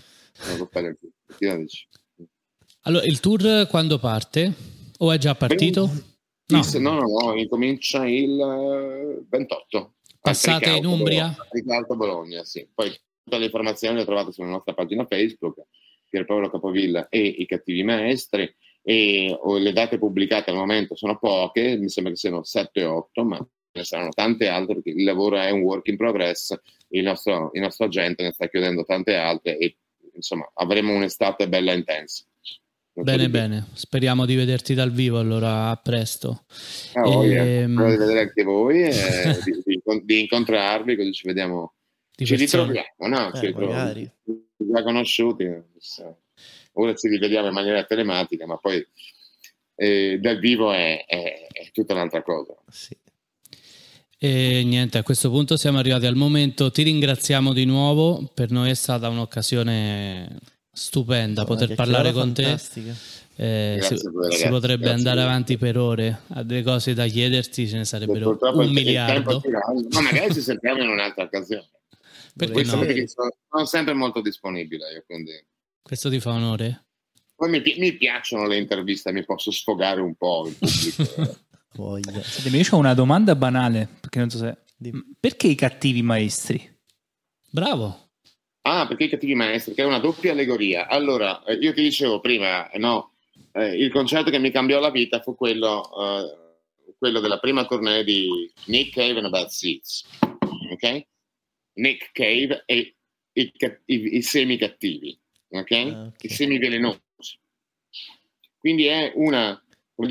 Allora, il tour quando parte? O è già partito? No, incomincia il 28. Passate in Umbria? Alto Bologna, sì. Poi tutte le informazioni le trovate sulla nostra pagina Facebook, Pier Paolo Capovilla e I Cattivi Maestri, e le date pubblicate al momento sono poche, mi sembra che siano 7-8, ma ne saranno tante altre, perché il lavoro è un work in progress, il nostro agente ne sta chiudendo tante altre, e insomma avremo un'estate bella intensa. Bene, speriamo di vederti dal vivo, allora a presto. Spero di vedere anche voi e di incontrarvi, così ci vediamo, ci ritroviamo, no? Ci ritroviamo, già conosciuti, ora ci rivediamo in maniera telematica, ma poi dal vivo è tutta un'altra cosa. Sì. E niente, a questo punto siamo arrivati al momento. Ti ringraziamo di nuovo, per noi è stata un'occasione stupenda poter parlare con te. Si potrebbe andare avanti per ore, a delle cose da chiederti ce ne sarebbero un miliardo. Ma magari ci sentiamo in un'altra occasione. Perché no? Sono sempre molto disponibile io, quindi. Questo ti fa onore? Poi mi piacciono le interviste, mi posso sfogare un po' in pubblico. Io ho una domanda banale, perché non so se... Perché I Cattivi Maestri? Bravo. Perché I Cattivi Maestri, che è una doppia allegoria. Allora, io ti dicevo prima, il concerto che mi cambiò la vita fu quello della prima tournée di Nick Cave and the Bad Seeds, ok? Nick Cave e i semi cattivi, ok? I semi velenosi. Quindi è una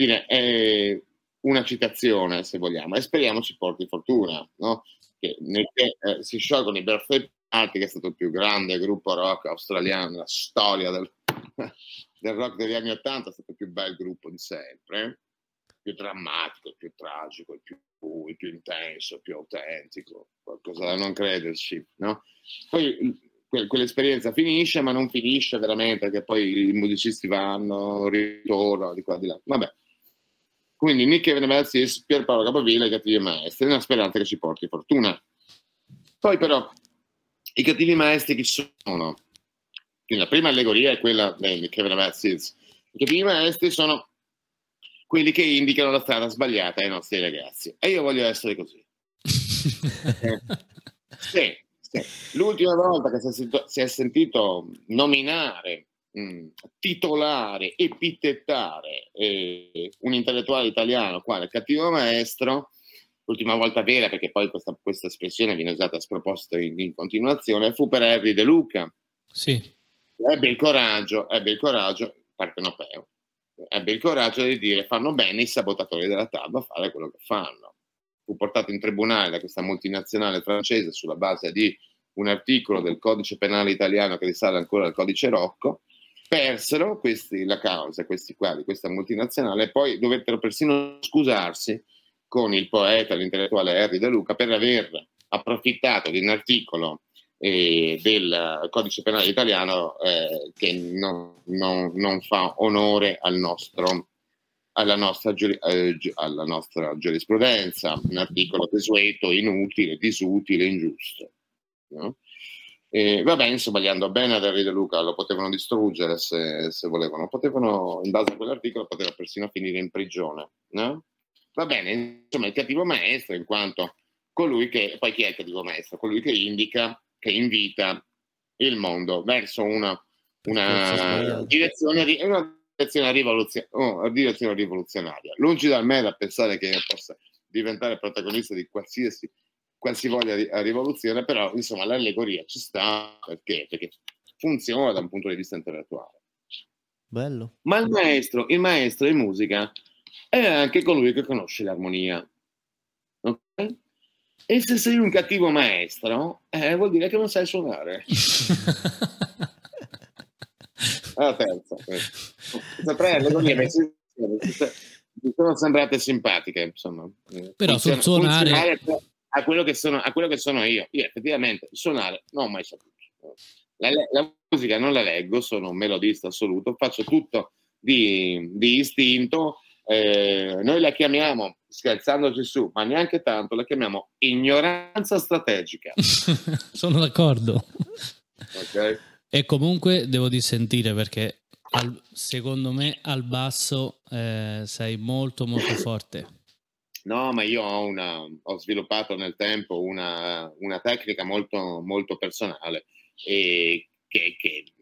citazione, se vogliamo, e speriamo ci porti fortuna, no? Che si sciolgono i Birthday Party, che è stato il più grande gruppo rock australiano nella storia del rock degli anni '80, è stato il più bel gruppo di sempre, il più drammatico, il più tragico, il più il più intenso, il più autentico, qualcosa da non crederci, no? Poi quell'esperienza finisce, ma non finisce veramente, perché poi i musicisti vanno, ritornano di qua di là. Vabbè. Quindi Nick Evangelist, Pierpaolo Capovilla, I Cattivi Maestri, nella speranza che ci porti fortuna. Poi però i cattivi maestri chi sono? Quindi la prima allegoria è quella di Nick Evangelist. I cattivi maestri sono quelli che indicano la strada sbagliata ai nostri ragazzi. E io voglio essere così. Sì. L'ultima volta che si è sentito nominare, titolare, epitettare un intellettuale italiano quale cattivo maestro, l'ultima volta vera, perché poi questa espressione viene usata a sproposito in continuazione, fu per Henry De Luca. Sì. Ebbe il coraggio, partenopeo, ebbe il coraggio di dire: fanno bene i sabotatori della TAV a fare quello che fanno. Fu portato in tribunale da questa multinazionale francese sulla base di un articolo del codice penale italiano che risale ancora al codice Rocco. Persero la causa, questi qua di questa multinazionale, e poi dovettero persino scusarsi con il poeta, l'intellettuale Henry De Luca, per aver approfittato di un articolo del codice penale italiano che non fa onore alla nostra giurisprudenza, un articolo desueto, inutile, disutile, ingiusto, no? Vabbè, insomma, gli andò bene ad Henry De Luca, lo potevano distruggere se volevano, in base a quell'articolo poteva persino finire in prigione, no? Va bene, insomma, il cattivo maestro, in quanto colui che, poi chi è il cattivo maestro? Colui che indica, che invita il mondo verso una direzione rivoluzionaria. Lungi da me da pensare che possa diventare protagonista di qualsivoglia rivoluzione, però insomma l'allegoria ci sta perché funziona da un punto di vista intellettuale. Bello. Ma il maestro in musica è anche colui che conosce l'armonia, ok? E se sei un cattivo maestro vuol dire che non sai suonare. La terza, queste tre allegorie mi sono sembrate simpatiche, insomma. Però sul suonare a quello che sono io effettivamente suonare non ho mai saputo. La musica non la leggo, sono un melodista assoluto, faccio tutto di istinto. Noi la chiamiamo, scherzandoci su, ma neanche tanto, la chiamiamo ignoranza strategica. Sono d'accordo. Ok. E comunque devo dissentire perché secondo me al basso sei molto molto forte. No, ma io ho sviluppato nel tempo una tecnica molto, molto personale e che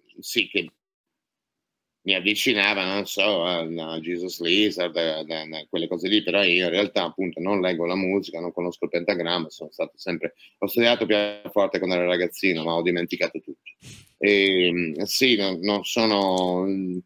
mi avvicinava, non so, a Jesus Lizard, quelle cose lì, però io in realtà appunto non leggo la musica, non conosco il pentagramma, ho studiato pianoforte quando ero ragazzino, ma ho dimenticato tutto. E sì, non sono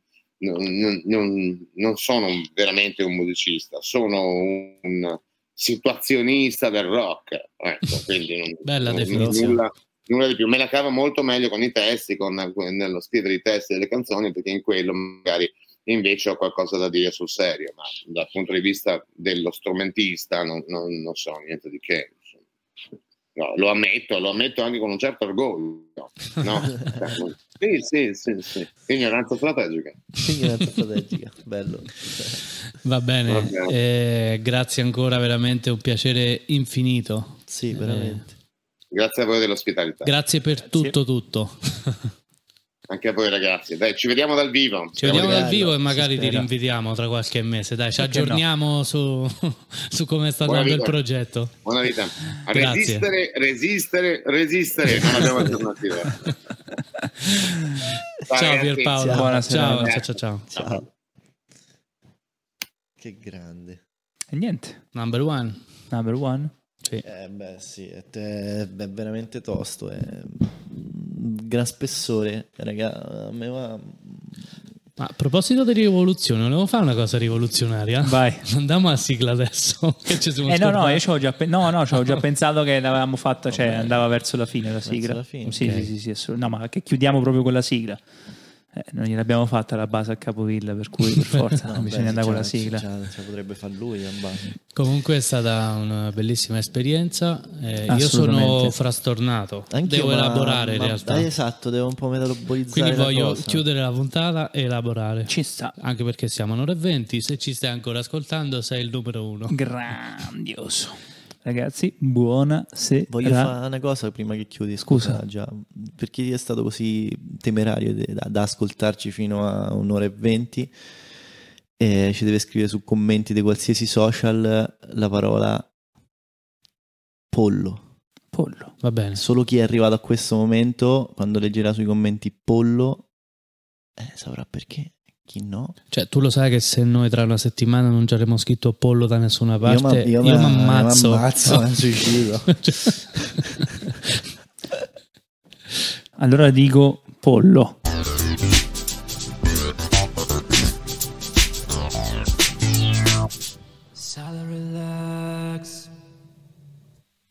veramente un musicista, sono un situazionista del rock, ecco, quindi bella definizione. Nulla di più. Me la cavo molto meglio con i testi, nello scrivere i testi delle canzoni, perché in quello magari invece ho qualcosa da dire sul serio, ma dal punto di vista dello strumentista non so niente di che. No, lo ammetto anche con un certo orgoglio. No? Sì. Ignoranza strategica. Bello. Va bene. Grazie ancora, veramente un piacere infinito. Sì, veramente. Grazie a voi dell'ospitalità. Grazie per tutto. Anche a voi ragazzi. Dai, ci vediamo dal vivo. Ci vediamo dal vivo e magari ti rinvitiamo tra qualche mese. Dai, ci aggiorniamo su come sta andando il progetto. Buona vita. A resistere. Non abbiamo alternativa. Ciao Pierpaolo. Buonasera. Ciao. Che grande. E niente. Number one. Sì. Sì, è veramente tosto, è gran spessore, raga, a me va. Ma a proposito di rivoluzione, volevo fare una cosa rivoluzionaria. Vai. Andiamo a sigla adesso. Che ci siamo io ci avevo già pensato che l'avevamo fatta, cioè andava verso la fine la sigla. Verso la fine, sì, okay. Sì, no, ma che chiudiamo proprio con la sigla. Non gliel'abbiamo fatta la base a Capovilla, per cui per forza bisogna andare con la sigla. Ce potrebbe fare lui a base. Comunque è stata una bellissima esperienza. Io Assolutamente. sono frastornato. Anch'io, devo elaborare in realtà. Esatto, devo un po' metabolizzare. Quindi la voglio cosa. chiudere la puntata e elaborare. Ci sta. Anche perché siamo all'ora e 20. Se ci stai ancora ascoltando, sei il numero 1. Grandioso. Ragazzi, buona sera. Voglio fare una cosa prima che chiudi, scusa già, perché è stato così temerario da ascoltarci fino a 1:20 e ci deve scrivere su commenti di qualsiasi social la parola pollo. Pollo. Va bene. Solo chi è arrivato a questo momento, quando leggerà sui commenti pollo, saprà perché. Chi no? Cioè, tu lo sai che se noi tra una settimana non ci avremo scritto pollo da nessuna parte, io mi ammazzo. Mi suicido. Allora dico pollo.